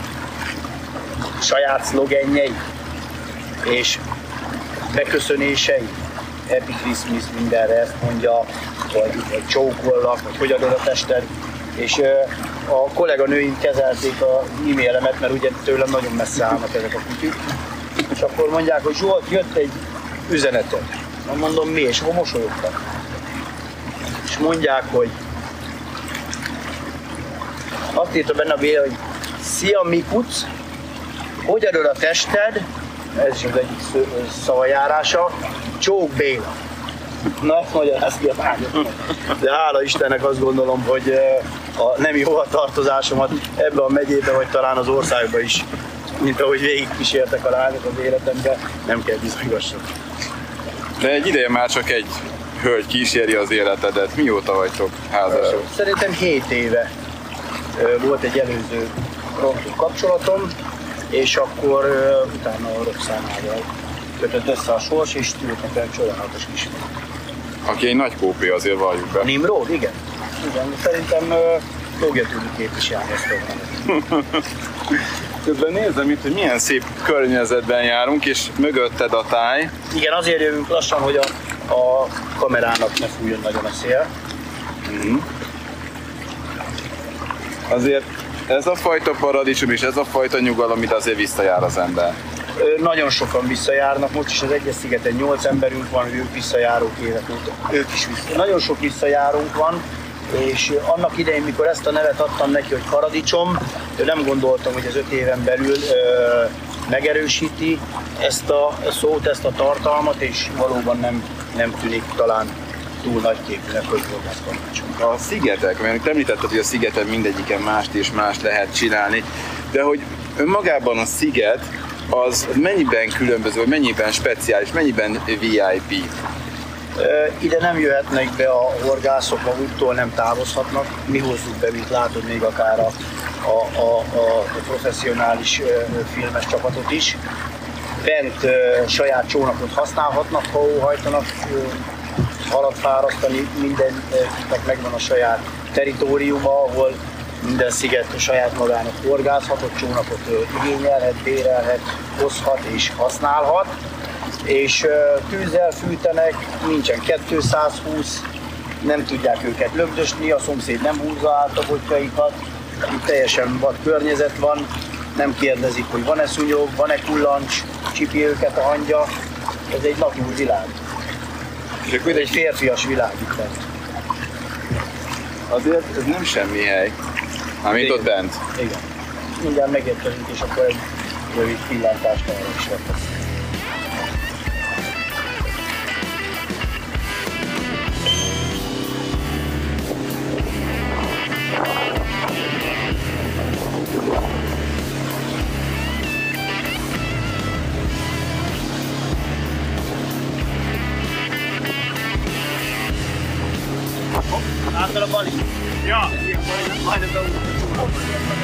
Speaker 2: saját szlogenjei, és beköszönései, Happy Christmas mindenre ezt mondja, vagy, vagy csókollak, vagy hogy adod a tested. És a kolléganőim kezelték a e-mailemet, mert ugye tőlem nagyon messze állnak ezek a kutyuk. És akkor mondják, hogy Zsolt, jött egy üzeneted. Mondom, mi? És akkor mosolyogtak. És mondják, hogy azt írta benne a Béla, hogy szia Mikuc, hogy adod a tested, ez is az egyik szavajárása, Csók Béla. Na, ezt magyarázni a vágyat. De hála Istennek azt gondolom, hogy a nemi hovatartozásomat ebbe a megyébe, vagy talán az országba is, mint ahogy végigkísértek a lányok az életembe, nem kell bizonygassak.
Speaker 1: De egy ideje már csak egy hölgy kíséri az életedet. Mióta vagytok házasok?
Speaker 2: Szerintem hét éve volt egy előző kapcsolatom, és akkor utána a Roxánával kötött össze a sors, és tűnt nekem csodálatos kisfiú.
Speaker 1: Aki egy nagy kópé, azért valljuk be.
Speaker 2: Nimrod, igen. Igen, szerintem uh, fogja tudni képviselni ezt a
Speaker 1: Közben nézem itt, hogy milyen szép környezetben járunk, és mögötted a táj.
Speaker 2: Igen, azért jövünk lassan, hogy a, a kamerának ne fújjon nagyon a szél.
Speaker 1: Mm. Azért ez a fajta paradicsom és ez a fajta nyugalom, amit azért visszajár az ember.
Speaker 2: Nagyon sokan visszajárnak, most is az egyes szigeten nyolc emberünk van, ők visszajárók évek óta, ők is vissza. Nagyon sok visszajárónk van, és annak idején, mikor ezt a nevet adtam neki, hogy paradicsom, nem gondoltam, hogy ez öt éven belül ö, megerősíti ezt a szót, ezt a tartalmat, és valóban nem, nem tűnik talán túl nagyképűnek, hogy horgászparadicsom.
Speaker 1: A szigetek, mert említetted, hogy a szigeten mindegyiken mást és mást lehet csinálni, de hogy önmagában a sziget az mennyiben különböző, mennyiben speciális, mennyiben vé i pé?
Speaker 2: Ide nem jöhetnek be a horgászok, a úttól nem távozhatnak. Mi hozzuk be, mint látod, még akár a, a, a, a professzionális filmes csapatot is. Bent saját csónakot használhatnak, ha óhajtanak halat fárasztani, mindenkinek megvan a saját teritoriuma, ahol minden sziget saját magának horgászhatott, csónakot igényelhet, bérelhet, hozhat és használhat. És tűzzel fűtenek, nincsen kétszázhúsz, nem tudják őket lögdösni, a szomszéd nem húzza át a botjaikat, itt teljesen vad környezet van, nem kérdezik, hogy van-e szúnyog, van-e kullancs, csipi őket a hangya. Ez egy natív világ. Ez egy férfias világ itt bent.
Speaker 1: Azért ez nem semmi hely. Mármint ott bent.
Speaker 2: Igen. Mindjárt megérkezünk, és akkor egy rövid pillantást arra is vettem. Látod a Bali?
Speaker 3: Ja!
Speaker 2: Majdnem beújtott a csomagban.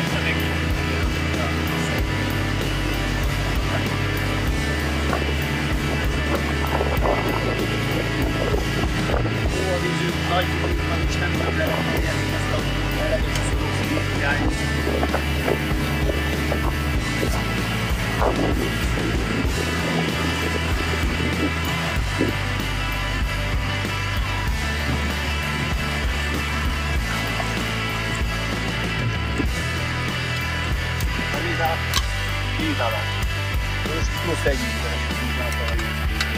Speaker 2: Jó a vízünk, nagy vízünk, és nem tudom lehetni ezt a lehetős szolószínűjányt. Vízállás. Most plusz egy vízes vízállás a vízés.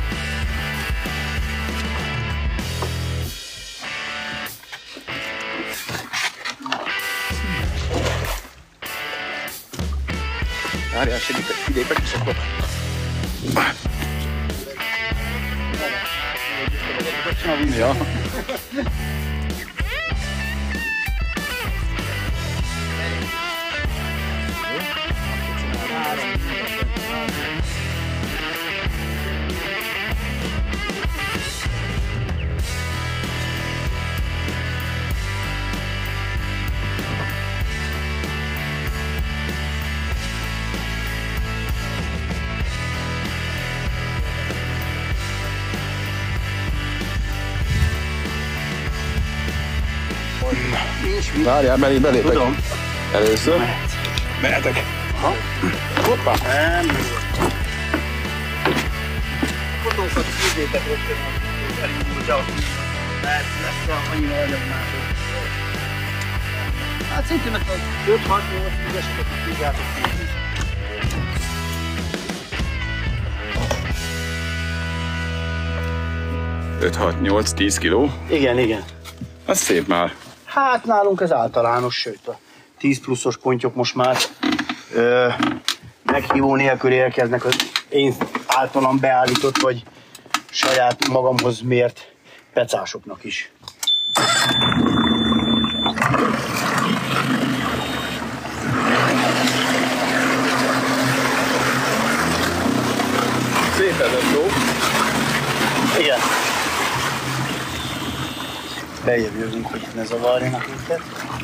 Speaker 1: Várjál, segítek, figyelj, és akkor... Ja. Várjál, belé, belépek.
Speaker 2: Tudom.
Speaker 1: Először. Mehetek.
Speaker 2: Aha.
Speaker 1: Hoppá.
Speaker 2: Nem, fotókat küldétek rögtön, hogy elindulja, mert lesz annyira anyag mások. Hát szerintem ezt az öt-hat-nyolc tízeseket tudjátok kérni.
Speaker 1: öt hat nyolc tíz kiló.
Speaker 2: Igen, igen.
Speaker 1: Az szép már.
Speaker 2: Hát nálunk ez általános, sőt a tíz pluszos pontyok most már ö, meghívó nélkül érkeznek az én általam beállított, vagy saját magamhoz mért pecásoknak is.
Speaker 1: Szép ez a szó.
Speaker 2: Igen. Bejebb jövünk, hogy itt ne zavarjanak minket.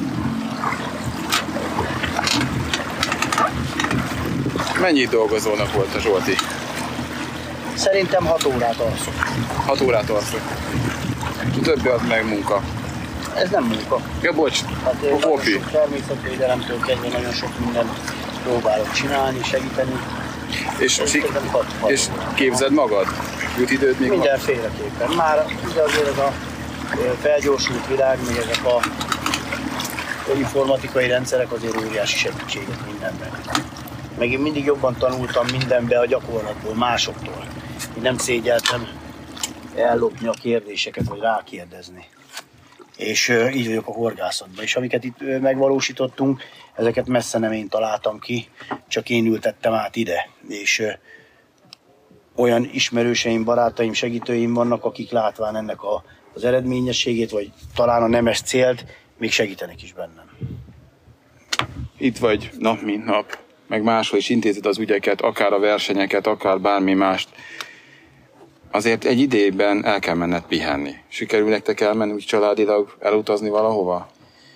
Speaker 1: Mennyi dolgozónak volt a Zsolti?
Speaker 2: Szerintem hat órát alszok.
Speaker 1: hat órát alszok. Többi az meg munka.
Speaker 2: Ez nem munka.
Speaker 1: Ja, bocs,
Speaker 2: Hát én
Speaker 1: a
Speaker 2: nagyon
Speaker 1: hopi.
Speaker 2: sok természetvédelemtől kezdve nagyon sok mindent próbálok csinálni, segíteni.
Speaker 1: És, sik-
Speaker 2: Szerintem hat- hat
Speaker 1: és
Speaker 2: órát.
Speaker 1: képzed magad? Jut időd még van?
Speaker 2: Mindenféleképpen. Már ugye azért ez a ö, felgyorsult világ, meg ezek a informatikai rendszerek azért óriási segítséget mindenben. Meg én mindig jobban tanultam mindenbe a gyakorlatból, másoktól. Én nem szégyeltem ellopni a kérdéseket, vagy rákérdezni. És ö, így vagyok a horgászatban. És amiket itt ö, megvalósítottunk, ezeket messze nem én találtam ki, csak én ültettem át ide. És ö, olyan ismerőseim, barátaim, segítőim vannak, akik látván ennek a, az eredményességét, vagy talán a nemes célt, még segítenek is bennem.
Speaker 1: Itt vagy nap mint nap, meg máshol is intézed az ügyeket, akár a versenyeket, akár bármi mást. Azért egy idejében el kell menned pihenni. Sikerül nektek elmenni úgy családilag, elutazni valahova?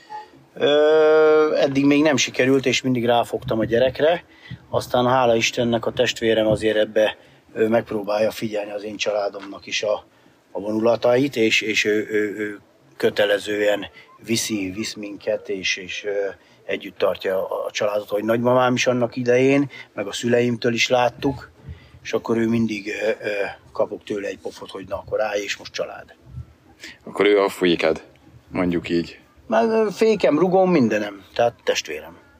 Speaker 2: Ö, eddig még nem sikerült, és mindig ráfogtam a gyerekre. Aztán hála Istennek a testvérem azért ebbe ő megpróbálja figyelni az én családomnak is a, a vonulatait, és, és ő, ő, ő kötelezően viszi, visz minket, és, és ö, együtt tartja a családot, hogy nagymamám is annak idején, meg a szüleimtől is láttuk, és akkor ő mindig ö, ö, kapok tőle egy pofot, hogy na akkor állj, és most család.
Speaker 1: Akkor ő a féked, mondjuk így.
Speaker 2: Már fékem, rugom, mindenem, tehát testvérem.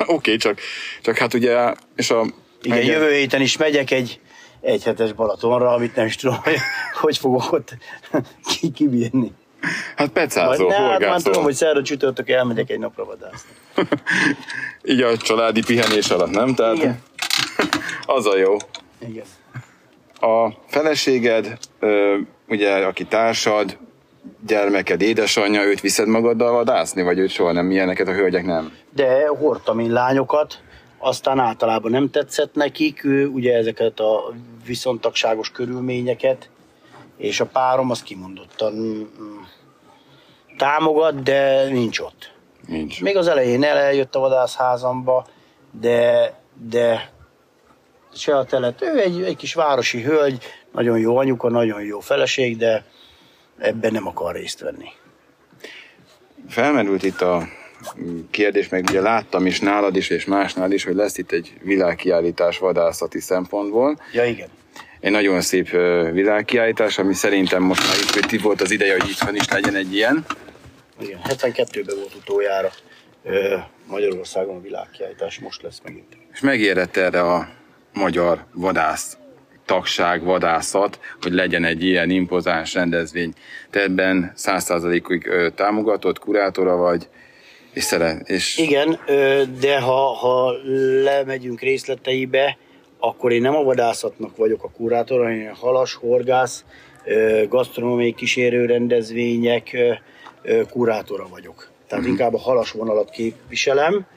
Speaker 1: okay, csak, csak hát ugye, és a...
Speaker 2: Igen,
Speaker 1: igen.
Speaker 2: Jövő héten is megyek egy egyhetes Balatonra, amit nem is tudom, hogy, hogy fogok ott kibírni.
Speaker 1: Hát pecázol,
Speaker 2: horgászol. Hát már tudom, hogy szerda csütörtök elmegyek egy napra vadászni.
Speaker 1: Így a családi pihenés alatt, nem? Tehát
Speaker 2: igen.
Speaker 1: Az a jó.
Speaker 2: Igen.
Speaker 1: A feleséged, ugye, aki társad, gyermeked, édesanyja, őt viszed magaddal vadászni, vagy őt soha nem, ilyeneket a hölgyek nem?
Speaker 2: De hordtam én lányokat, aztán általában nem tetszett nekik, ugye ezeket a viszontagságos körülményeket, és a párom az kimondottan támogat, de nincs ott.
Speaker 1: Nincs.
Speaker 2: Még az elején eljött a vadászházamba, de, de se a telet. Ő egy, egy kis városi hölgy, nagyon jó anyuka, nagyon jó feleség, de ebben nem akar részt venni.
Speaker 1: Felmerült itt a kérdés, meg ugye láttam is nálad is, és másnál is, hogy lesz itt egy világkiállítás vadászati szempontból.
Speaker 2: Ja, igen.
Speaker 1: Egy nagyon szép világkiállítás, ami szerintem most már itt, itt volt az ideje, hogy itthon is legyen egy ilyen.
Speaker 2: Igen, hetvenkettőben volt utoljára Magyarországon a világkiállítás, most lesz megint.
Speaker 1: És megérett erre a magyar vadász tagság, vadászat, hogy legyen egy ilyen impozáns rendezvény. Te ebben száz százalékig támogatott, kurátora vagy, és szeret. És...
Speaker 2: Igen, de ha, ha lemegyünk részleteibe, akkor én nem a vadászatnak vagyok a kurátor, hanem a halas, horgász, gasztronómiai kísérő rendezvények kurátora vagyok. Tehát mm-hmm. inkább a halas vonalat képviselem.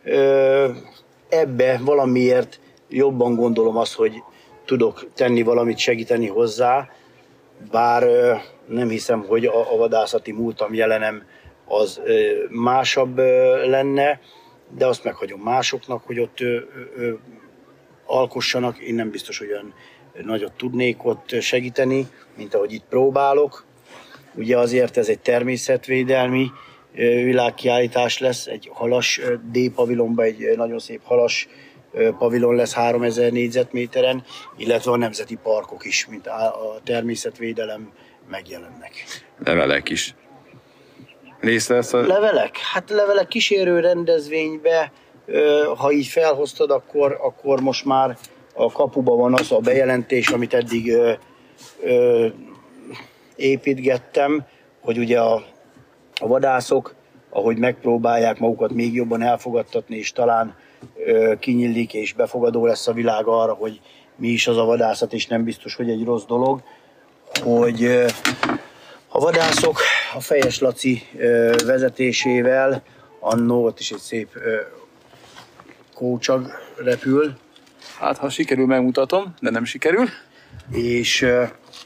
Speaker 2: Ebbe valamiért jobban gondolom azt, hogy tudok tenni valamit, segíteni hozzá, bár nem hiszem, hogy a, a vadászati múltam, jelenem az másabb lenne, de azt meghagyom másoknak, hogy ott ö, ö, alkossanak. Én nem biztos, hogy olyan nagyot tudnék ott segíteni, mint ahogy itt próbálok. Ugye azért ez egy természetvédelmi világkiállítás lesz, egy halas D-pavilonban, egy nagyon szép halas pavilon lesz háromezer négyzetméteren, illetve a nemzeti parkok is, mint a természetvédelem megjelennek.
Speaker 1: Levelek is. Rész lesz a...
Speaker 2: Levelek? Hát levelek kísérő rendezvénybe, ha így felhoztad, akkor, akkor most már a kapuban van az a bejelentés, amit eddig ö, ö, építgettem, hogy ugye a, a vadászok, ahogy megpróbálják magukat még jobban elfogadtatni, és talán ö, kinyílik és befogadó lesz a világ arra, hogy mi is az a vadászat, és nem biztos, hogy egy rossz dolog, hogy ö, a vadászok a Fejes Laci ö, vezetésével, annó ott is egy szép ö, kócsag repül.
Speaker 1: Hát, ha sikerül, megmutatom, de nem sikerül.
Speaker 2: És ö,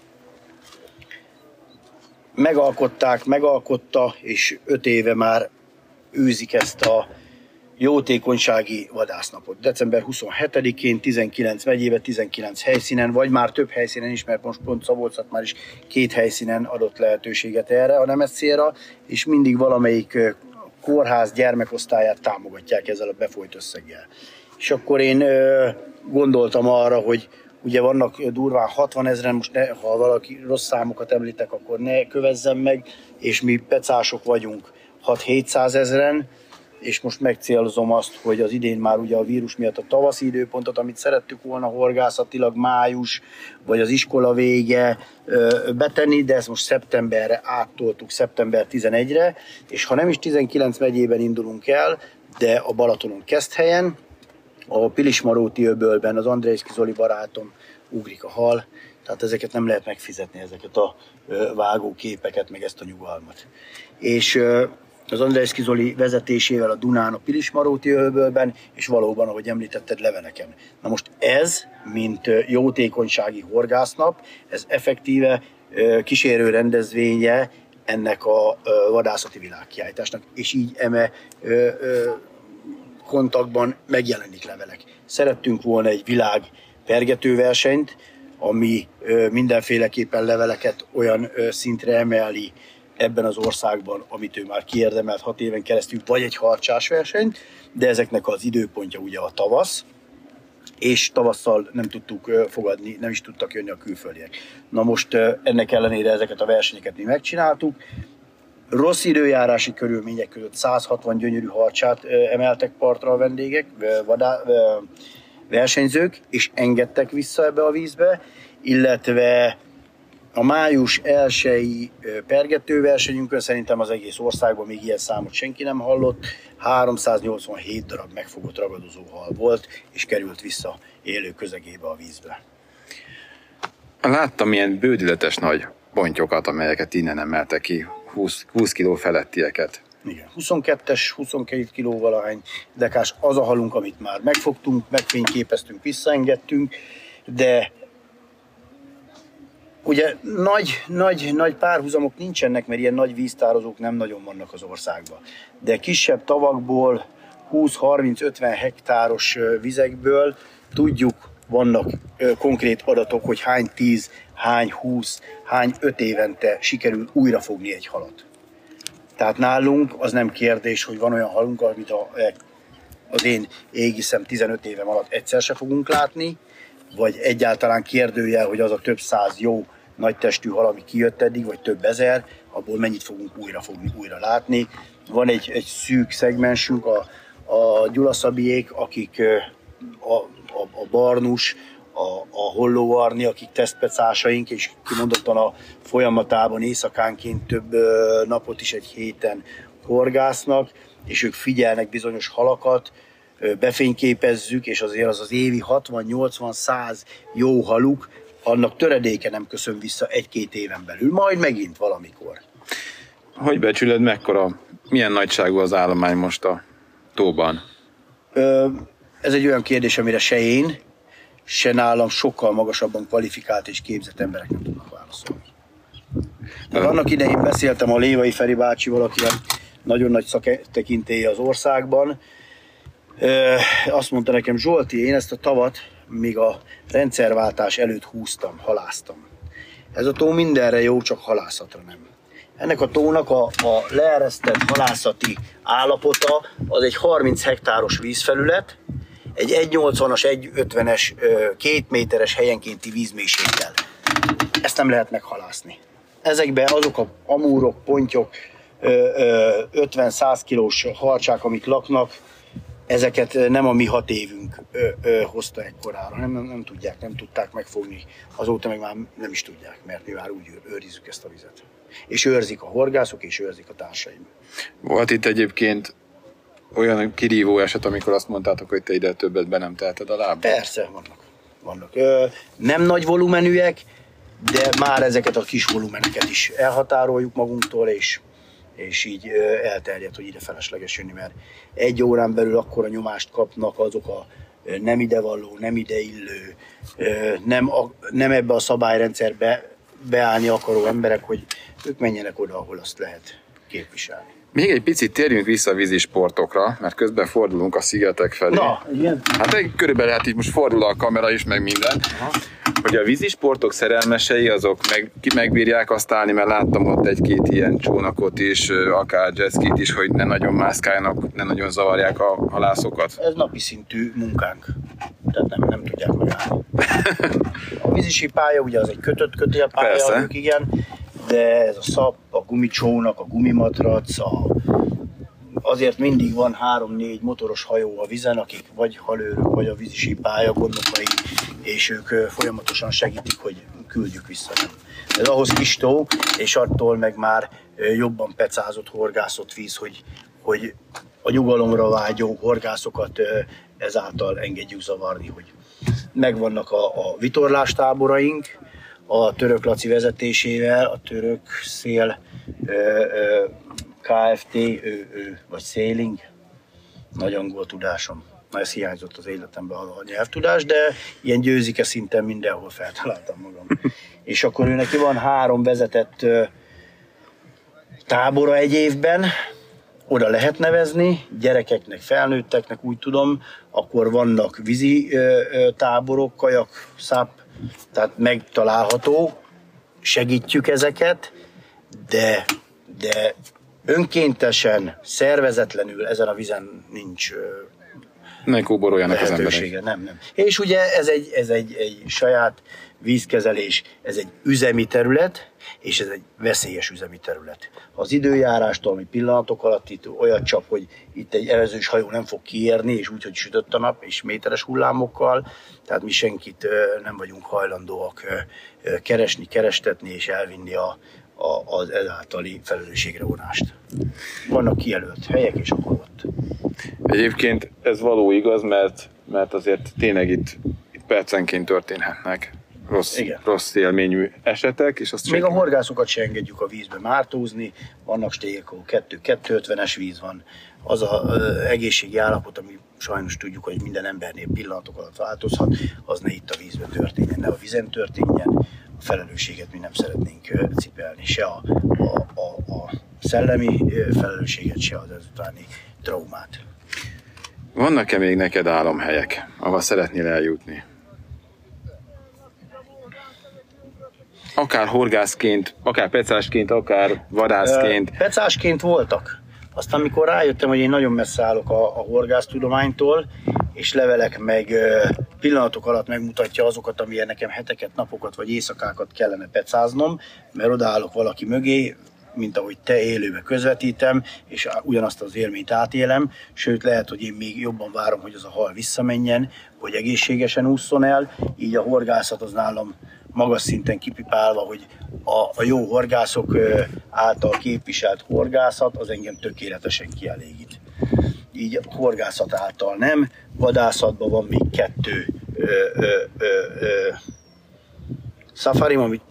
Speaker 2: megalkották, megalkotta, és öt éve már űzik ezt a jótékonysági vadásznapot. december huszonhetedikén tizenkilenc megyében, tizenkilenc helyszínen, vagy már több helyszínen is, mert most pont Szabolcs már is két helyszínen adott lehetőséget erre a nemes célra, és mindig valamelyik kórház gyermekosztályát támogatják ezzel a befolyt összeggel. És akkor én gondoltam arra, hogy ugye vannak durván hatvanezren, most ne, ha valaki rossz számokat említek, akkor ne kövezzem meg, és mi pecások vagyunk hat-hétszázezren, és most megcélzom azt, hogy az idén már ugye a vírus miatt a tavaszi időpontot, amit szerettük volna horgászatilag május, vagy az iskola vége betenni, de ezt most szeptemberre áttoltuk, szeptember tizenegyedikére, és ha nem is tizenkilenc megyében indulunk el, de a Balatonon Keszthelyen, a Pilismaróti öbölben az Andrejszki Zoli barátom ugrik a hal, tehát ezeket nem lehet megfizetni, ezeket a vágóképeket, meg ezt a nyugalmat. És az Andrejszki Zoli vezetésével a Dunán, a Pilismaróti öbölben, és valóban, ahogy említetted, leveleken. Na most ez, mint jótékonysági horgásznap, ez effektíve kísérő rendezvénye ennek a vadászati világkiállításnak, és így eme kontaktban megjelenik levelek. Szerettünk volna egy világ pergetőversenyt, ami mindenféleképpen leveleket olyan szintre emeli ebben az országban, amit ő már kiérdemelt hat éven keresztül, vagy egy harcsás versenyt, de ezeknek az időpontja ugye a tavasz, és tavasszal nem tudtuk fogadni, nem is tudtak jönni a külföldiek. Na most ennek ellenére ezeket a versenyeket mi megcsináltuk, rossz időjárási körülmények között száz hatvan gyönyörű harcsát emeltek partra a vendégek, vadá, versenyzők, és engedtek vissza ebbe a vízbe, illetve a május elsői pergetőversenyünkön, szerintem az egész országban még ilyen számot senki nem hallott, háromszáznyolcvanhét darab megfogott ragadozó hal volt, és került vissza élő közegébe a vízbe.
Speaker 1: Láttam ilyen bődületes nagy pontyokat, amelyeket innen emeltek ki, húsz, húsz kiló felettieket.
Speaker 2: Igen, huszonkettes, huszonkét kiló valahány dekás az a halunk, amit már megfogtunk, megfényképeztünk, visszaengedtünk, de ugye nagy, nagy, nagy párhuzamok nincsenek, mert ilyen nagy víztározók nem nagyon vannak az országban. De kisebb tavakból, húsz, harminc, ötven hektáros vizekből tudjuk, vannak konkrét adatok, hogy hány tíz, hány húsz, hány öt évente sikerül újrafogni egy halat. Tehát nálunk az nem kérdés, hogy van olyan halunk, amit a, az én égiszem tizenöt évem alatt egyszer se fogunk látni, vagy egyáltalán kérdőjel, hogy az a több száz jó nagytestű hal, ami kijött eddig, vagy több ezer, abból mennyit fogunk újra fogni, újra látni. Van egy, egy szűk szegmensünk, a, a gyulaszabiék, akik a, a, a barnus, a, a hollóarni, akik tesztpecásaink, és kimondottan a folyamatában éjszakánként több napot is egy héten horgásznak, és ők figyelnek bizonyos halakat, befényképezzük, és azért az az évi hatvan, nyolcvan, száz jó haluk, annak töredéke nem köszön vissza egy-két éven belül, majd megint valamikor.
Speaker 1: Hogy becsülöd, mekkora, milyen nagyságú az állomány most a tóban?
Speaker 2: Ez egy olyan kérdés, amire se én, se nálam sokkal magasabban kvalifikált és képzett emberek nem tudnak válaszolni. De annak idején beszéltem a Lévai Feri bácsival, aki nagyon nagy szaktekintélye az országban. Azt mondta nekem, Zsolti, én ezt a tavat még a rendszerváltás előtt húztam, haláztam. Ez a tó mindenre jó, csak halászatra nem. Ennek a tónak a, a leeresztett halászati állapota az egy harminc hektáros vízfelület, egy egy nyolcvanas, egy ötvenes, két méteres helyenkénti vízmélységgel. Ezt nem lehet meghalászni. Ezekben azok a amúrok, pontyok, ötven-száz kilós harcsák, amik laknak, ezeket nem a mi hat évünk ö, ö, hozta ekkorára, nem, nem, nem tudják, nem tudták megfogni. Azóta meg már nem is tudják, mert mi már úgy őrizzük ezt a vizet. És őrzik a horgászok, és őrzik a társaim.
Speaker 1: Volt itt egyébként olyan kirívó eset, amikor azt mondtátok, hogy te ide többet be nem teheted a lábba?
Speaker 2: Persze, vannak. vannak. Ö, nem nagy volumenűek, de már ezeket a kis volumeneket is elhatároljuk magunktól, és és így elterjedt, hogy ide felesleges jönni, mert egy órán belül akkora nyomást kapnak azok a nem idevalló, nem ideillő, nem, a, nem ebbe a szabályrendszerbe beállni akaró emberek, hogy ők menjenek oda, ahol azt lehet képviselni.
Speaker 1: Még egy picit térjünk vissza a vízisportokra, mert közben fordulunk a szigetek felé.
Speaker 2: Na, igen?
Speaker 1: Hát körülbelül hát így most fordul a kamera is, meg minden. Aha. Hogy a vízisportok szerelmesei azok meg, ki megbírják azt állni, mert láttam ott egy-két ilyen csónakot is, akár jetskit is, hogy ne nagyon mászkáljanak, ne nagyon zavarják a halászokat.
Speaker 2: Ez napi szintű munkánk, tehát nem, nem tudják megállni. A vízisi pálya ugye az egy kötött kötélpálya, ők igen, de ez a szap, a gumicsónak, a gumimatrac, a, azért mindig van három-négy motoros hajó a vízen, akik vagy halőrök, vagy a vízisi pálya gondokai, és ők folyamatosan segítik, hogy küldjük vissza. Ez ahhoz kis tó, és attól meg már jobban pecázott, horgászott víz, hogy, hogy a nyugalomra vágyó horgászokat ezáltal engedjük zavarni, hogy megvannak a, a vitorlástáboraink, a Török Laci vezetésével, a Török Szél ö, ö, Kft. Ő, ő, vagy Sailing, nagy angol tudásom. Na, ez hiányzott az életemben a nyelvtudás, de ilyen győzike szinten mindenhol feltaláltam magam. És akkor ő neki van három vezetett ö, tábora egy évben, oda lehet nevezni, gyerekeknek, felnőtteknek, úgy tudom, akkor vannak vízi ö, ö, táborok, kajak, száp, tehát megtalálható, segítjük ezeket, de, de önkéntesen, szervezetlenül ezen a vízen nincs,
Speaker 1: Ne kóboroljanak az emberek.
Speaker 2: lehetőségre. Nem, nem. És ugye ez egy, ez egy, egy saját vízkezelés, ez egy üzemi terület, és ez egy veszélyes üzemi terület. Ha az időjárástól, ami pillanatok alatt itt olyat csap, hogy itt egy evezős hajó nem fog kiérni, és úgy, hogy sütött a nap, és méteres hullámokkal, tehát mi senkit nem vagyunk hajlandóak keresni, kerestetni, és elvinni a, a, az ezáltali felelősségre vonást. Vannak kijelölt helyek, és akkor ott.
Speaker 1: Egyébként ez való igaz, mert, mert azért tényleg itt, itt percenként történhetnek rossz, rossz élményű esetek. És azt
Speaker 2: még a horgászokat se engedjük a vízbe mártózni, vannak stégek, ahol kettő ötvenes víz van. Az az egészségi állapot, ami sajnos tudjuk, hogy minden embernél pillanatok alatt változhat, az ne itt a vízben történjen, ne a vízen történjen. A felelősséget mi nem szeretnénk cipelni, se a, a, a, a szellemi felelősséget, se az ezutáni traumát.
Speaker 1: Vannak-e még neked álomhelyek, ahol szeretnél eljutni? Akár horgászként, akár pecásként, akár vadászként.
Speaker 2: Pecásként voltak. Aztán amikor rájöttem, hogy én nagyon messze állok a, a horgásztudománytól, és levelek meg pillanatok alatt megmutatja azokat, amilyen nekem heteket, napokat vagy éjszakákat kellene pecáznom, mert odaállok valaki mögé, mint ahogy te élőbe közvetítem, és ugyanazt az élményt átélem, sőt lehet, hogy én még jobban várom, hogy az a hal visszamenjen, hogy egészségesen ússzon el, így a horgászat az nálam magas szinten kipipálva, hogy a, a jó horgászok által képviselt horgászat az engem tökéletesen kielégít. Így horgászat által nem, vadászatban van még kettő ö, ö, ö, ö, szafarim, amit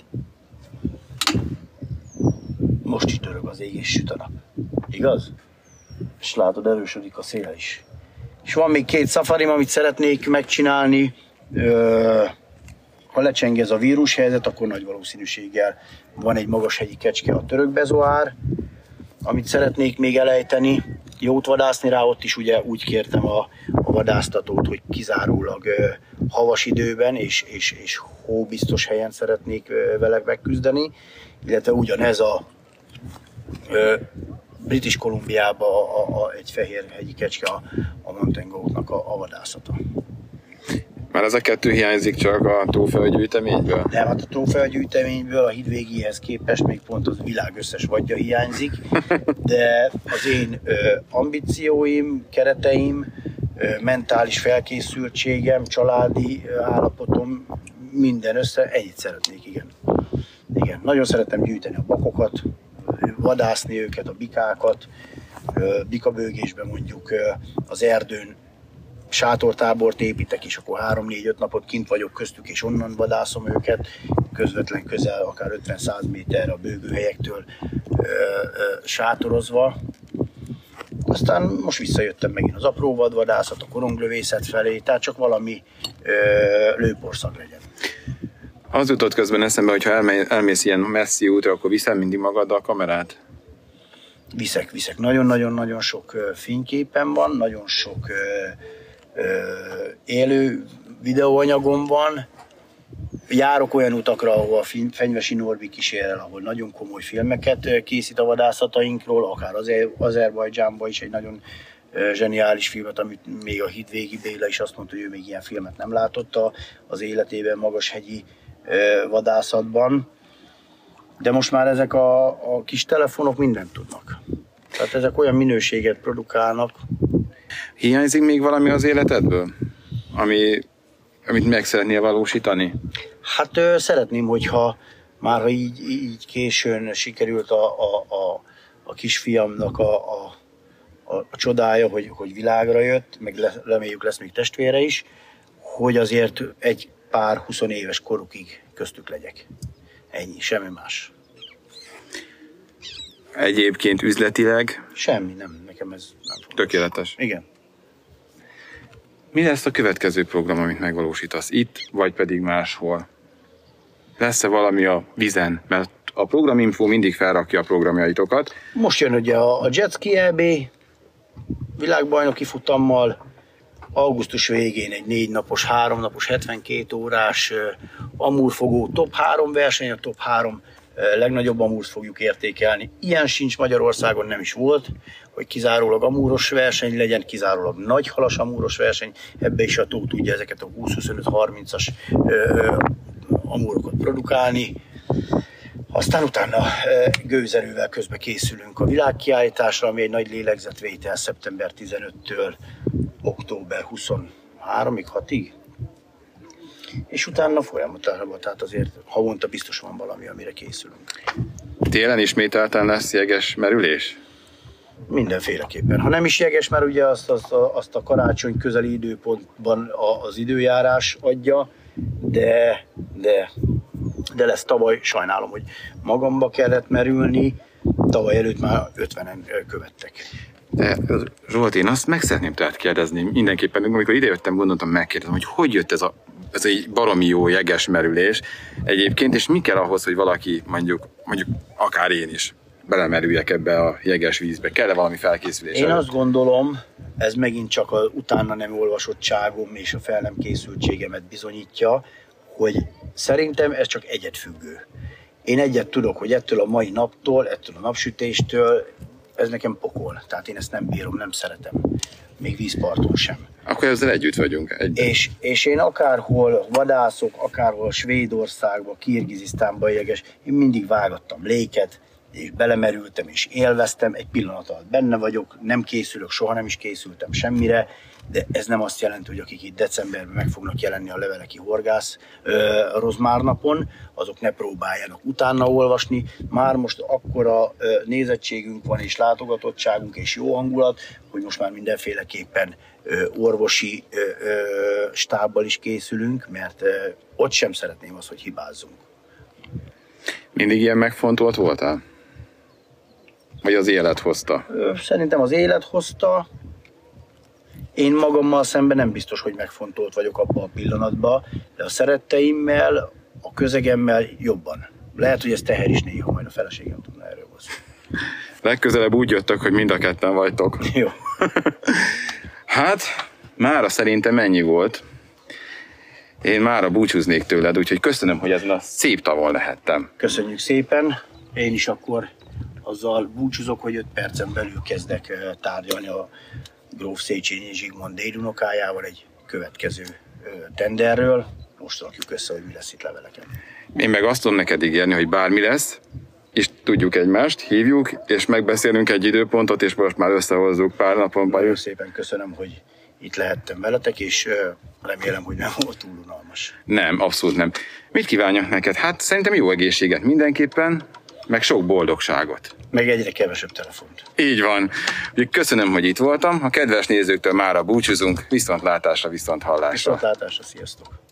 Speaker 2: most is dörög az ég és süt a nap. Igaz? És látod, erősödik a szél is. És van még két szafarim, amit szeretnék megcsinálni. Ö, ha lecseng ez a vírushelyzet, akkor nagy valószínűséggel van egy magashegyi kecske, a török bezoár, amit szeretnék még elejteni, jót vadászni rá, ott is ugye úgy kértem a, a vadásztatót, hogy kizárólag ö, havas időben és, és, és hóbiztos helyen szeretnék ö, vele megküzdeni, illetve ugyanez a ö, British Columbiában a, a, a, egy fehér hegyi kecske, a, a Mountain Goatnak a, a vadászata.
Speaker 1: Már ez a kettő hiányzik csak a trófeagyűjteményből?
Speaker 2: Nem, hát a trófeagyűjteményből a hídvégihez képest még pont az világ összes vadja hiányzik, de az én ö, ambícióim, kereteim, ö, mentális felkészültségem, családi ö, állapotom, minden össze, ennyit szeretnék, igen. Igen, nagyon szeretem gyűjteni a bakokat, vadászni őket, a bikákat, ö, bikabőgésben mondjuk ö, az erdőn sátortábort építek, és akkor három-négy-öt napot kint vagyok köztük, és onnan vadászom őket, közvetlen közel, akár ötven-száz méterre a bőgőhelyektől ö, ö, sátorozva. Aztán most visszajöttem megint az apró vadvadászat, a koronglövészet felé, tehát csak valami ö, lőporszag legyen.
Speaker 1: Az jutott közben eszembe, hogy ha elmész ilyen messzi útra, akkor viszel mindig magaddal a kamerát?
Speaker 2: Viszek, viszek. Nagyon-nagyon-nagyon sok fényképen van, nagyon sok ö, ö, élő videóanyagom van. Járok olyan utakra, ahol a Fenyvesi Norbi kísérel, ahol nagyon komoly filmeket készít a vadászatainkról, akár az Azerbajdzsánban is egy nagyon zseniális filmet, amit még a Hídvégi Béla is azt mondta, hogy ő még ilyen filmet nem látott az életében magashegyi vadászatban. De most már ezek a, a kis telefonok mindent tudnak. Tehát ezek olyan minőséget produkálnak.
Speaker 1: Hiányzik még valami az életedből, ami, amit meg szeretnél valósítani?
Speaker 2: Hát ö, szeretném, hogyha már ha így, így későn sikerült a, a, a, a kisfiamnak a, a, a, a csodája, hogy, hogy világra jött, meg le, reméljük lesz még testvére is, hogy azért egy pár huszonéves korukig köztük legyek. Ennyi, semmi más.
Speaker 1: Egyébként üzletileg?
Speaker 2: Semmi, nem, nekem ez nem fontos.
Speaker 1: Tökéletes.
Speaker 2: Igen.
Speaker 1: Mi lesz a következő program, amit megvalósítasz itt, vagy pedig máshol? Lesz-e valami a vizen? Mert a programinfo mindig felrakja a programjaitokat.
Speaker 2: Most jön ugye a Jetski é bé világbajnoki futammal, augusztus végén egy négy napos, három napos, hetvenkét órás uh, amúrfogó top három verseny, a top három legnagyobb amúrt fogjuk értékelni. Ilyen sincs Magyarországon, nem is volt, hogy kizárólag amúros verseny legyen, kizárólag nagyhalas amúros verseny, ebbe is a tó tudja ezeket a húsz huszonöt harmincas amúrokat produkálni. Aztán utána gőzerővel közben készülünk a világkiállításra, ami egy nagy lélegzetvétel szeptember tizenötödikétől október huszonharmadikáig, hatig. És utána folyamatosan, tehát azért havonta biztos van valami, amire készülünk.
Speaker 1: Télen ismételten lesz jeges merülés?
Speaker 2: Mindenféleképpen. Ha nem is jeges, mert ugye azt, azt, a, azt a karácsony közeli időpontban az időjárás adja, de, de, de lesz. Tavaly, sajnálom, hogy magamba kellett merülni, tavaly előtt már ötvenen követtek.
Speaker 1: De Zsolt, én azt meg szeretném tehát kérdezni, mindenképpen, amikor idejöttem, gondoltam, megkérdezem, hogy hogy jött ez a ez egy baromi jó jeges merülés egyébként, és mi kell ahhoz, hogy valaki, mondjuk, mondjuk akár én is belemerüljek ebbe a jeges vízbe? Kell-e valami felkészülés?
Speaker 2: Én azt gondolom, ez megint csak a utána nem olvasottságom és a fel nem készültségemet bizonyítja, hogy szerintem ez csak egyedfüggő. Én egyet tudok, hogy ettől a mai naptól, ettől a napsütéstől, ez nekem pokol. Tehát én ezt nem bírom, nem szeretem. Még vízparton sem.
Speaker 1: Akkor ezzel együtt vagyunk. Egy...
Speaker 2: És, és én akárhol vadászok, akárhol Svédországban, Kirgizisztánban jeges, én mindig vágattam léket, és belemerültem, és élveztem, egy pillanat alatt benne vagyok, nem készülök, soha nem is készültem semmire, de ez nem azt jelenti, hogy akik itt decemberben meg fognak jelenni a leveleki horgász ö, rozmárnapon, azok ne próbáljanak utána olvasni. Már most akkora ö, nézettségünk van, és látogatottságunk, és jó hangulat, hogy most már mindenféleképpen ö, orvosi ö, ö, stábbal is készülünk, mert ö, ott sem szeretném azt, hogy hibázzunk.
Speaker 1: Mindig ilyen megfontolt voltál? Vagy az élet hozta?
Speaker 2: Szerintem az élet hozta. Én magammal szemben nem biztos, hogy megfontolt vagyok abban a pillanatban, de a szeretteimmel, a közegemmel jobban. Lehet, hogy ez teher is néha, majd a feleségem tudna erről hozni.
Speaker 1: Legközelebb úgy jöttök, hogy mind a ketten vagytok.
Speaker 2: Jó.
Speaker 1: Hát, mára szerintem ennyi volt. Én mára búcsúznék tőled, úgyhogy köszönöm, hogy ezen a szép tavon lehettem.
Speaker 2: Köszönjük szépen. Én is akkor azzal búcsúzok, hogy öt percen belül kezdek tárgyalni a gróf Széchenyi Zsigmond dédunokájával egy következő tenderről. Most rakjuk össze, hogy mi lesz itt leveleken.
Speaker 1: Én meg azt tudom neked ígérni, hogy bármi lesz, és tudjuk egymást, hívjuk, és megbeszélünk egy időpontot, és most már összehozzuk pár napon.
Speaker 2: Nagyon szépen köszönöm, hogy itt lehettem veletek, és remélem, hogy nem volt túl unalmas.
Speaker 1: Nem, abszolút nem. Mit kívánjak neked? Hát szerintem jó egészséget mindenképpen, meg sok boldogságot.
Speaker 2: Meg egyre kevesebb telefont.
Speaker 1: Így van. Köszönöm, hogy itt voltam. A kedves nézőktől mára búcsúzunk. Viszontlátásra, viszonthallásra.
Speaker 2: Viszontlátásra, sziasztok.